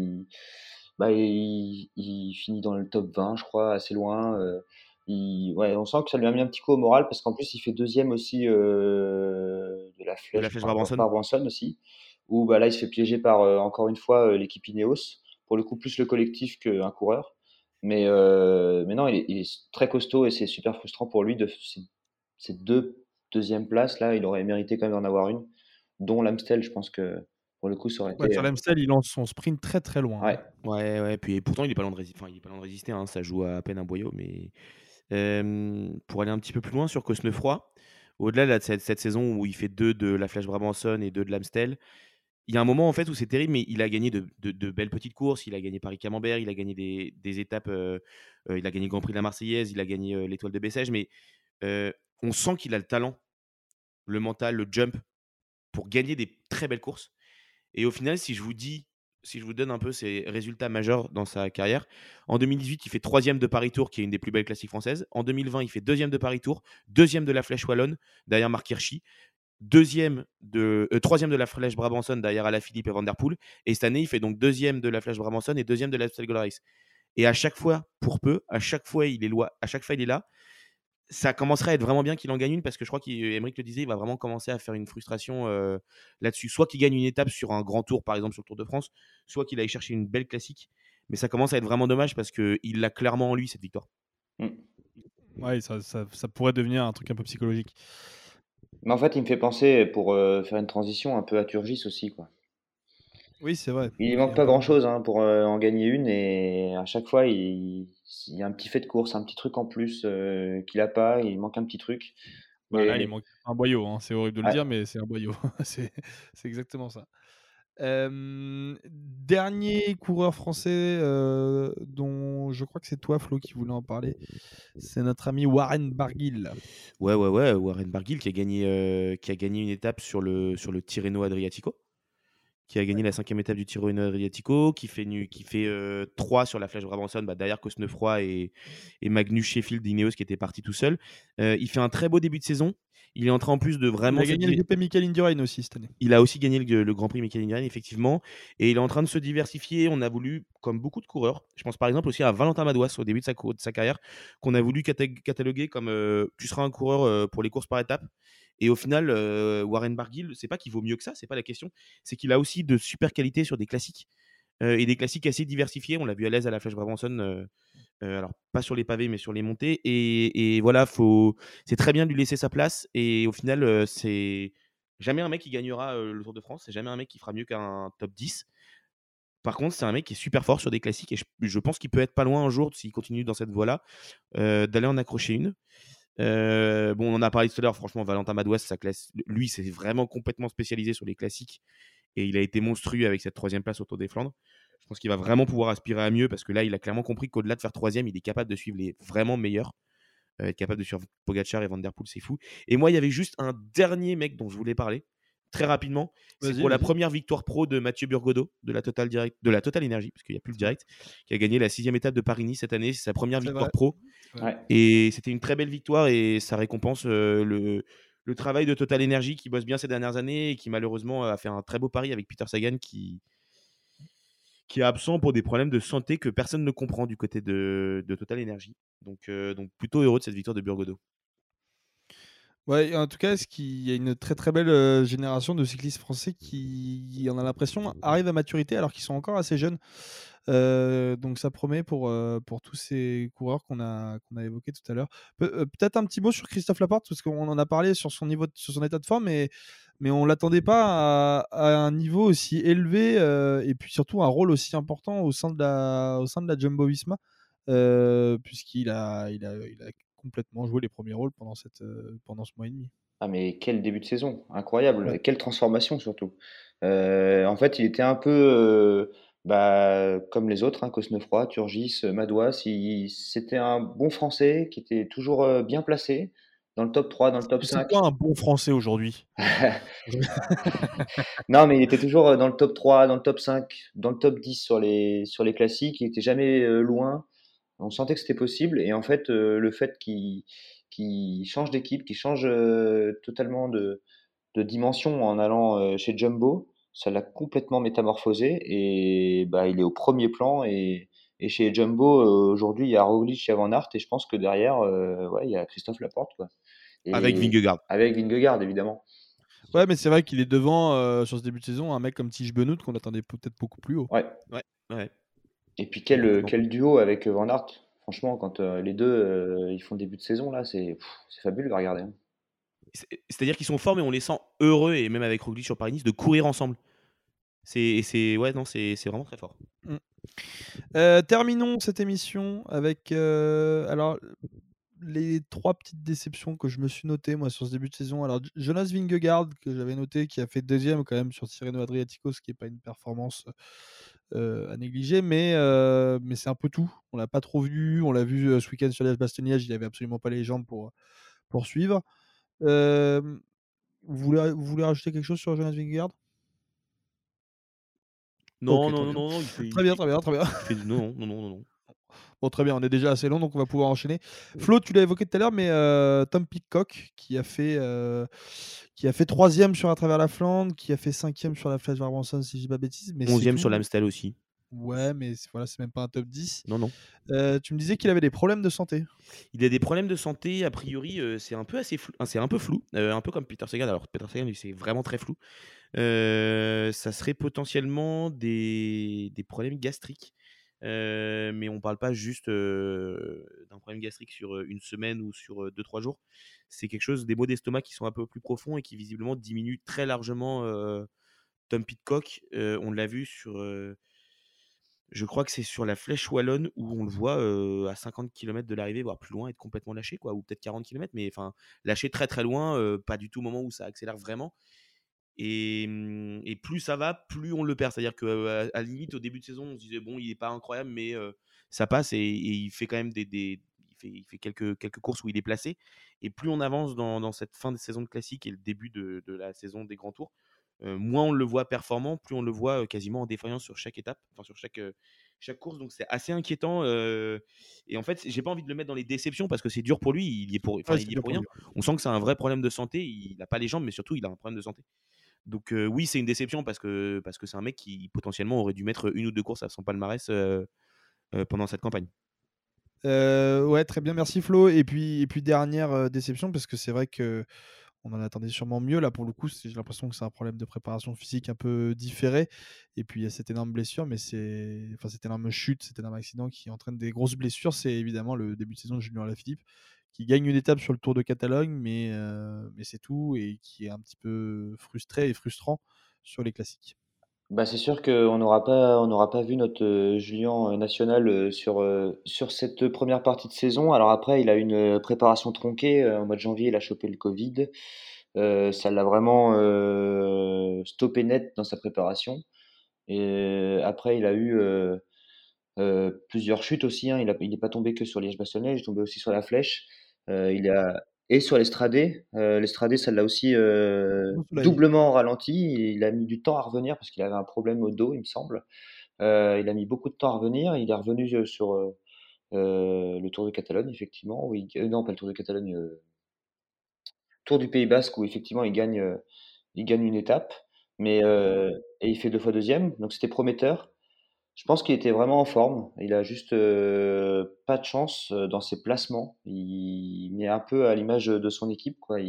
il finit dans le top 20, je crois, assez loin. Ouais, on sent que ça lui a mis un petit coup au moral parce qu'en plus, il fait deuxième aussi de la De la flèche flèche par Brabanson. Branson aussi. Où bah, là, il se fait piéger par, encore une fois, l'équipe Ineos. Pour le coup, plus le collectif qu'un coureur. Mais non, il est très costaud et c'est super frustrant pour lui de ces deux deuxièmes places. Là, il aurait mérité quand même d'en avoir une, dont l'Amstel. Je pense que pour le coup, ça aurait Ouais, été. sur l'Amstel, il lance son sprint très très loin, Ouais. hein. Ouais, puis pourtant il est pas loin de résister, enfin, il est pas loin de résister, hein, ça joue à peine un boyau, mais pour aller un petit peu plus loin sur Cosnefroy, au-delà là, de cette saison où il fait 2 de la Flèche Brabanson et 2 de l'Amstel, il y a un moment en fait où c'est terrible, mais il a gagné de belles petites courses, il a gagné Paris-Camembert, il a gagné des étapes, il a gagné le Grand Prix de la Marseillaise, il a gagné, l'Étoile de Bessèges, mais heu, on sent qu'il a le talent, le mental, le jump pour gagner des très belles courses. Et au final, si je vous donne un peu ses résultats majeurs dans sa carrière, en 2018, il fait troisième de Paris-Tours, qui est une des plus belles classiques françaises. En 2020, il fait deuxième de Paris-Tours, deuxième de la Flèche Wallonne, derrière Marc Hirschi, troisième de la Flèche Brabanson, derrière Alaphilippe et Van Der Poel. Et cette année, il fait donc deuxième de la Flèche Brabanson et deuxième de la Gold Race. Et à chaque fois, pour peu, à chaque fois, à chaque fois, il est là. Ça commencerait à être vraiment bien qu'il en gagne une parce que je crois qu'Emeric le disait, il va vraiment commencer à faire une frustration là-dessus. Soit qu'il gagne une étape sur un grand tour, par exemple sur le Tour de France, soit qu'il aille chercher une belle classique. Mais ça commence à être vraiment dommage parce qu'il l'a clairement en lui, cette victoire. Mm. Ouais, ça pourrait devenir un truc un peu psychologique. Mais en fait, il me fait penser, pour faire une transition, un peu à Turgis aussi, quoi. Oui, c'est vrai. Il Qui est manque un pas peu grand-chose hein, pour en gagner une et à chaque fois, il y a un petit fait de course, un petit truc en plus qu'il a pas, il manque un petit truc. Bah là, il Mais manque un boyau, hein. C'est horrible de le ouais, dire, mais c'est un boyau. C'est exactement ça. Dernier coureur français, dont je crois que c'est toi, Flo, qui voulais en parler. C'est notre ami Warren Barguil. Ouais, Warren Barguil qui a gagné une étape sur le Tirreno Adriatico, qui a gagné la 5e étape du Tirreno Adriatico, qui fait 3 sur la Flèche Brabanson, derrière Cosnefroy et Magnus Sheffield d'Ineos qui était parti tout seul. Il fait un très beau début de saison. Il est en train en plus de Il vraiment a gagné le GP Michael Indurain aussi cette année. il a aussi gagné le Grand Prix Michael Indurain, effectivement. Et il est en train de se diversifier. On a voulu, comme beaucoup de coureurs, je pense par exemple aussi à Valentin Madouas au début de sa carrière, qu'on a voulu cataloguer comme tu seras un coureur pour les courses par étapes. Et au final, Warren Barguil, c'est pas qu'il vaut mieux que ça, c'est pas la question. C'est qu'il a aussi de super qualités sur des classiques. Et des classiques assez diversifiés. On l'a vu à l'aise à la Flèche Brabanson. Alors, pas sur les pavés, mais sur les montées. Et voilà, c'est très bien de lui laisser sa place. Et au final, c'est jamais un mec qui gagnera le Tour de France. C'est jamais un mec qui fera mieux qu'un top 10. Par contre, c'est un mec qui est super fort sur des classiques. Et je pense qu'il peut être pas loin un jour, s'il continue dans cette voie-là, d'aller en accrocher une. Bon, on en a parlé tout à l'heure. Franchement, Valentin Madouas, sa classe, lui, c'est vraiment complètement spécialisé sur les classiques. Et il a été monstrueux avec cette troisième place au Tour des Flandres. Je pense qu'il va vraiment pouvoir aspirer à mieux parce que là, il a clairement compris qu'au-delà de faire troisième, il est capable de suivre les vraiment meilleurs. Être capable de suivre Pogacar et Van Der Poel, c'est fou. Et moi, il y avait juste un dernier mec dont je voulais parler très rapidement. C'est Vas-y, pour la vas-y. première victoire pro de Mathieu Burgodeau de la Total Energy, parce qu'il n'y a plus le C'est vrai. direct, qui a gagné la 6e étape de Paris-Nice cette année. C'est sa première C'est victoire vrai. pro. C'est vrai. ouais. Et c'était une très belle victoire et ça récompense le travail de Total Energy qui bosse bien ces dernières années et qui malheureusement a fait un très beau pari avec Peter Sagan qui est absent pour des problèmes de santé que personne ne comprend du côté de Total Energy. Donc plutôt heureux de cette victoire de Burgodeau. Ouais, en tout cas, il y a une très très belle génération de cyclistes français qui, on a l'impression, arrivent à maturité alors qu'ils sont encore assez jeunes. Donc ça promet pour tous ces coureurs qu'on a évoqués tout à l'heure. Peut-être un petit mot sur Christophe Laporte, parce qu'on en a parlé sur son sur son état de forme, mais on l'attendait pas à un niveau aussi élevé et puis surtout un rôle aussi important au sein de la Jumbo-Visma, il a complètement joué les premiers rôles pendant ce mois et demi. Ah mais quel début de saison, Ouais. incroyable, quelle transformation surtout. En fait, il était un peu comme les autres, hein, Cosnefroy, Turgis, Madouas. C'était un bon Français qui était toujours bien placé dans le top 3, dans le top C'est 5. quoi un bon français aujourd'hui? Non, mais il était toujours dans le top 3, dans le top 5, dans le top 10 sur les classiques. Il était jamais loin. On sentait que c'était possible. Et en fait, le fait qu'il change d'équipe, qu'il change totalement de dimension en allant chez Jumbo, ça l'a complètement métamorphosé et bah, il est au premier plan et chez Jumbo, aujourd'hui, il y a Roglic, il y a Van Aert et je pense que derrière, ouais, il y a Christophe Laporte, quoi. Avec Et Vingegaard. avec Vingegaard, évidemment. Ouais, mais c'est vrai qu'il est devant sur ce début de saison un mec comme Tige Benoît qu'on attendait peut-être beaucoup plus haut. Ouais. Ouais, ouais, Et puis complètement. quel duo avec Van Aert. Franchement, quand les deux ils font le début de saison là, c'est fabuleux à regarder, hein. C'est-à-dire qu'ils sont forts, mais on les sent heureux, et même avec Roglic sur Paris-Nice, de courir ensemble. Ouais, non, c'est vraiment très fort. Terminons cette émission avec alors les 3 petites déceptions que je me suis notées moi sur ce début de saison. Alors Jonas Vingegaard que j'avais noté qui a fait 2e quand même sur Tirreno Adriatico, ce qui est pas une performance à négliger, mais c'est un peu tout. On l'a pas trop vu, on l'a vu ce week-end sur Liège-Bastogne-Liège, il avait absolument pas les jambes pour suivre. Vous voulez rajouter quelque chose sur Jonas Vingegaard? Non, OK, très non, non, bien. non, non, il fait, Très bien, très bien, très bien. il fait non, non, non, non, non. Bon, très bien, on est déjà assez long, donc on va pouvoir enchaîner. Flo, tu l'as évoqué tout à l'heure, mais Tom Pidcock, qui a fait 3e sur À travers la Flandre, qui a fait 5e sur la Flèche Warbanson, si je dis pas bêtises, mais c'est 11e sur tout. l'Amstel aussi. Ouais, mais voilà, c'est même pas un top 10. Non, non. Tu me disais qu'il avait des problèmes de santé. Il a des problèmes de santé, a priori, c'est un peu assez flou, c'est un peu flou, un peu comme Peter Sagan. Alors Peter Sagan, lui, c'est vraiment très flou. Ça serait potentiellement des problèmes gastriques, mais on parle pas juste, d'un problème gastrique sur, 1 semaine ou sur, 2-3 jours. C'est quelque chose, des maux d'estomac qui sont un peu plus profonds et qui visiblement diminuent très largement, Tom Pidcock. On l'a vu sur, je crois que c'est sur la Flèche wallonne où on le voit, à 50 kilomètres de l'arrivée, voire plus loin, être complètement lâché, quoi, ou peut-être 40 kilomètres, mais enfin lâché très, très loin, pas du tout au moment où ça accélère vraiment. Et plus ça va, plus on le perd. C'est-à-dire qu'à à la limite, au début de saison, on se disait: «Bon, il est pas incroyable, mais ça passe», et il fait quand même il fait quelques courses où il est placé, et plus on avance dans cette fin de saison de classique et le début de la saison des grands tours, moins on le voit performant, plus on le voit, quasiment en défaillance sur chaque étape, enfin sur chaque course. Donc c'est assez inquiétant, et en fait, j'ai pas envie de le mettre dans les déceptions parce que c'est dur pour lui, Ouais, il c'est y est dur pour pour rien. lui. On sent que c'est un vrai problème de santé, il a pas les jambes, mais surtout il a un problème de santé. Donc oui, c'est une déception parce que c'est un mec qui potentiellement aurait dû mettre 1 ou 2 courses à son palmarès, pendant cette campagne. Ouais, très bien, merci Flo. Et puis dernière déception, parce que c'est vrai que on en attendait sûrement mieux. Là, pour le coup, j'ai l'impression que c'est un problème de préparation physique un peu différé. Et puis, il y a cette énorme blessure, enfin, cette énorme chute, cet énorme accident qui entraîne des grosses blessures. C'est évidemment le début de saison de Julien Alaphilippe, qui gagne une étape sur le Tour de Catalogne, mais c'est tout, et qui est un petit peu frustré et frustrant sur les classiques. Bah, c'est sûr qu'on n'aura pas vu notre Julien national sur cette première partie de saison. Alors après, il a une préparation tronquée. Au mois de janvier, il a chopé le Covid. Ça l'a vraiment stoppé net dans sa préparation. Et après, il a eu plusieurs chutes aussi, hein. Il n'est pas tombé que sur Liège-Bastogne-Liège, il est tombé aussi sur la Flèche. Et sur l'Estradé. L'Estradé, ça l'a aussi Au soleil. doublement ralenti. Il a mis du temps à revenir parce qu'il avait un problème au dos, il me semble. Il a mis beaucoup de temps à revenir. Il est revenu sur le Tour de Catalogne, effectivement. Non, pas le Tour de Catalogne, Tour du Pays Basque, où effectivement il gagne une étape. Et il fait 2 fois 2e, donc c'était prometteur. Je pense qu'il était vraiment en forme. Il a juste pas de chance dans ses placements. Il est un peu à l'image de son équipe, quoi.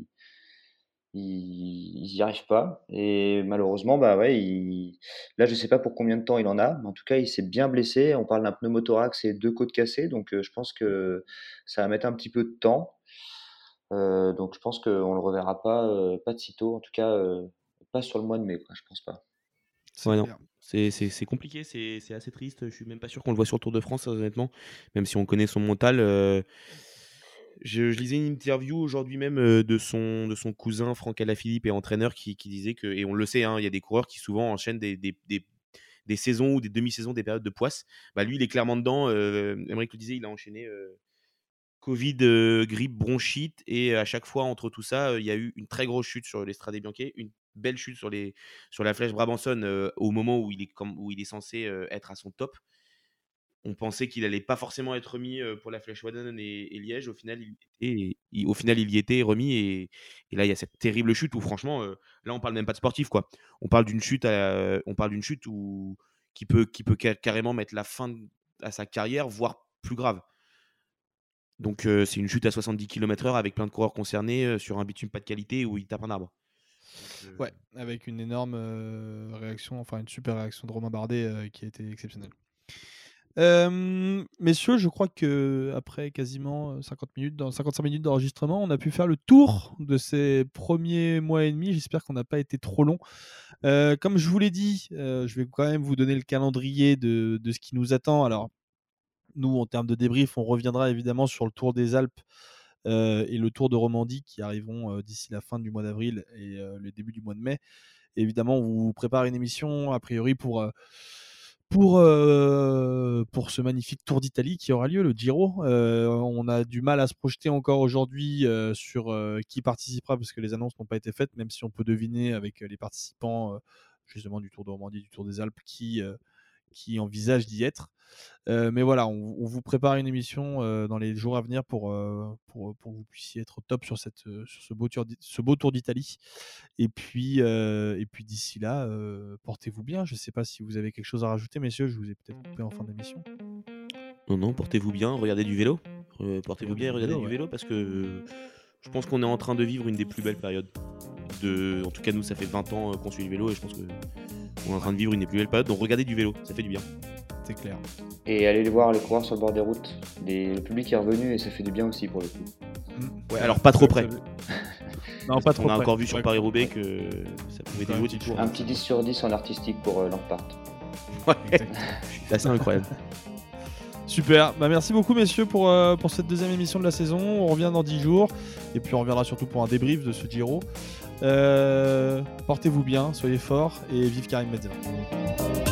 Ils y arrivent pas. Et malheureusement, bah ouais, là, je sais pas pour combien de temps il en a, mais en tout cas, il s'est bien blessé. On parle d'un pneumothorax et 2 côtes cassées, donc je pense que ça va mettre un petit peu de temps. Donc je pense qu'on le reverra pas de sitôt, en tout cas pas sur le mois de mai, quoi, je pense pas. C'est Ouais, non, clair. c'est compliqué, c'est assez triste. Je suis même pas sûr qu'on le voit sur le Tour de France, honnêtement, même si on connaît son mental. Je lisais une interview aujourd'hui même, de son cousin Franck Alaphilippe, et entraîneur, qui disait que, et on le sait, hein, il y a des coureurs qui souvent enchaînent des saisons ou des demi-saisons, des périodes de poisse. Bah, lui, il est clairement dedans. Aymeric le disait, il a enchaîné Covid, grippe, bronchite, et à chaque fois entre tout ça, il y a eu une très grosse chute sur l'Estradé Bianche, une belle chute sur la Flèche Brabançonne, au moment où il est censé, être à son top. On pensait qu'il allait pas forcément être remis pour la Flèche Wallonne et Liège. Au final, il y était remis. Et là, il y a cette terrible chute où, franchement, là, on parle même pas de sportif, quoi. On parle d'une chute, qui peut carrément mettre la fin à sa carrière, voire plus grave. Donc, c'est une chute à 70 km/h avec plein de coureurs concernés sur un bitume pas de qualité où il tape un arbre. Donc, Ouais, avec une énorme réaction, enfin une super réaction de Romain Bardet qui a été exceptionnelle. Messieurs, je crois que après quasiment 55 minutes d'enregistrement, on a pu faire le tour de ces premiers mois et demi. J'espère qu'on n'a pas été trop long. Comme je vous l'ai dit, je vais quand même vous donner le calendrier de ce qui nous attend. Alors, nous, en termes de débrief, on reviendra évidemment sur le Tour des Alpes et le Tour de Romandie qui arriveront d'ici la fin du mois d'avril et le début du mois de mai. Et évidemment, on vous prépare une émission a priori pour ce magnifique Tour d'Italie qui aura lieu, le Giro. On a du mal à se projeter encore aujourd'hui sur qui participera parce que les annonces n'ont pas été faites, même si on peut deviner avec les participants justement du Tour de Romandie, du Tour des Alpes qui envisagent d'y être. Mais voilà, on vous prépare une émission dans les jours à venir pour que vous puissiez être au top sur ce beau Tour d'Italie. Et puis d'ici là, portez-vous bien. Je ne sais pas si vous avez quelque chose à rajouter, messieurs. Je vous ai peut-être coupé en fin d'émission. Non, portez-vous bien, regardez du vélo. Portez-vous bien et regardez du vélo parce que je pense qu'on est en train de vivre une des plus belles périodes. En tout cas, nous, ça fait 20 ans qu'on suit le vélo et je pense qu'on est en train de vivre une des plus belles périodes. Donc regardez du vélo, ça fait du bien. C'est clair. Et allez voir les coureurs sur le bord des routes. Le public est revenu et ça fait du bien aussi pour le coup. Ouais, alors pas trop près. Non, pas trop On a près. encore vu sur Paris-Roubaix que ça pouvait déjouer du tour. Un petit 10 sur 10 en artistique pour Lampard. Ouais, c'est assez incroyable. Super, merci beaucoup messieurs pour cette deuxième émission de la saison. On revient dans 10 jours et puis on reviendra surtout pour un débrief de ce Giro. Portez-vous bien, soyez forts et vive Karim Benzema.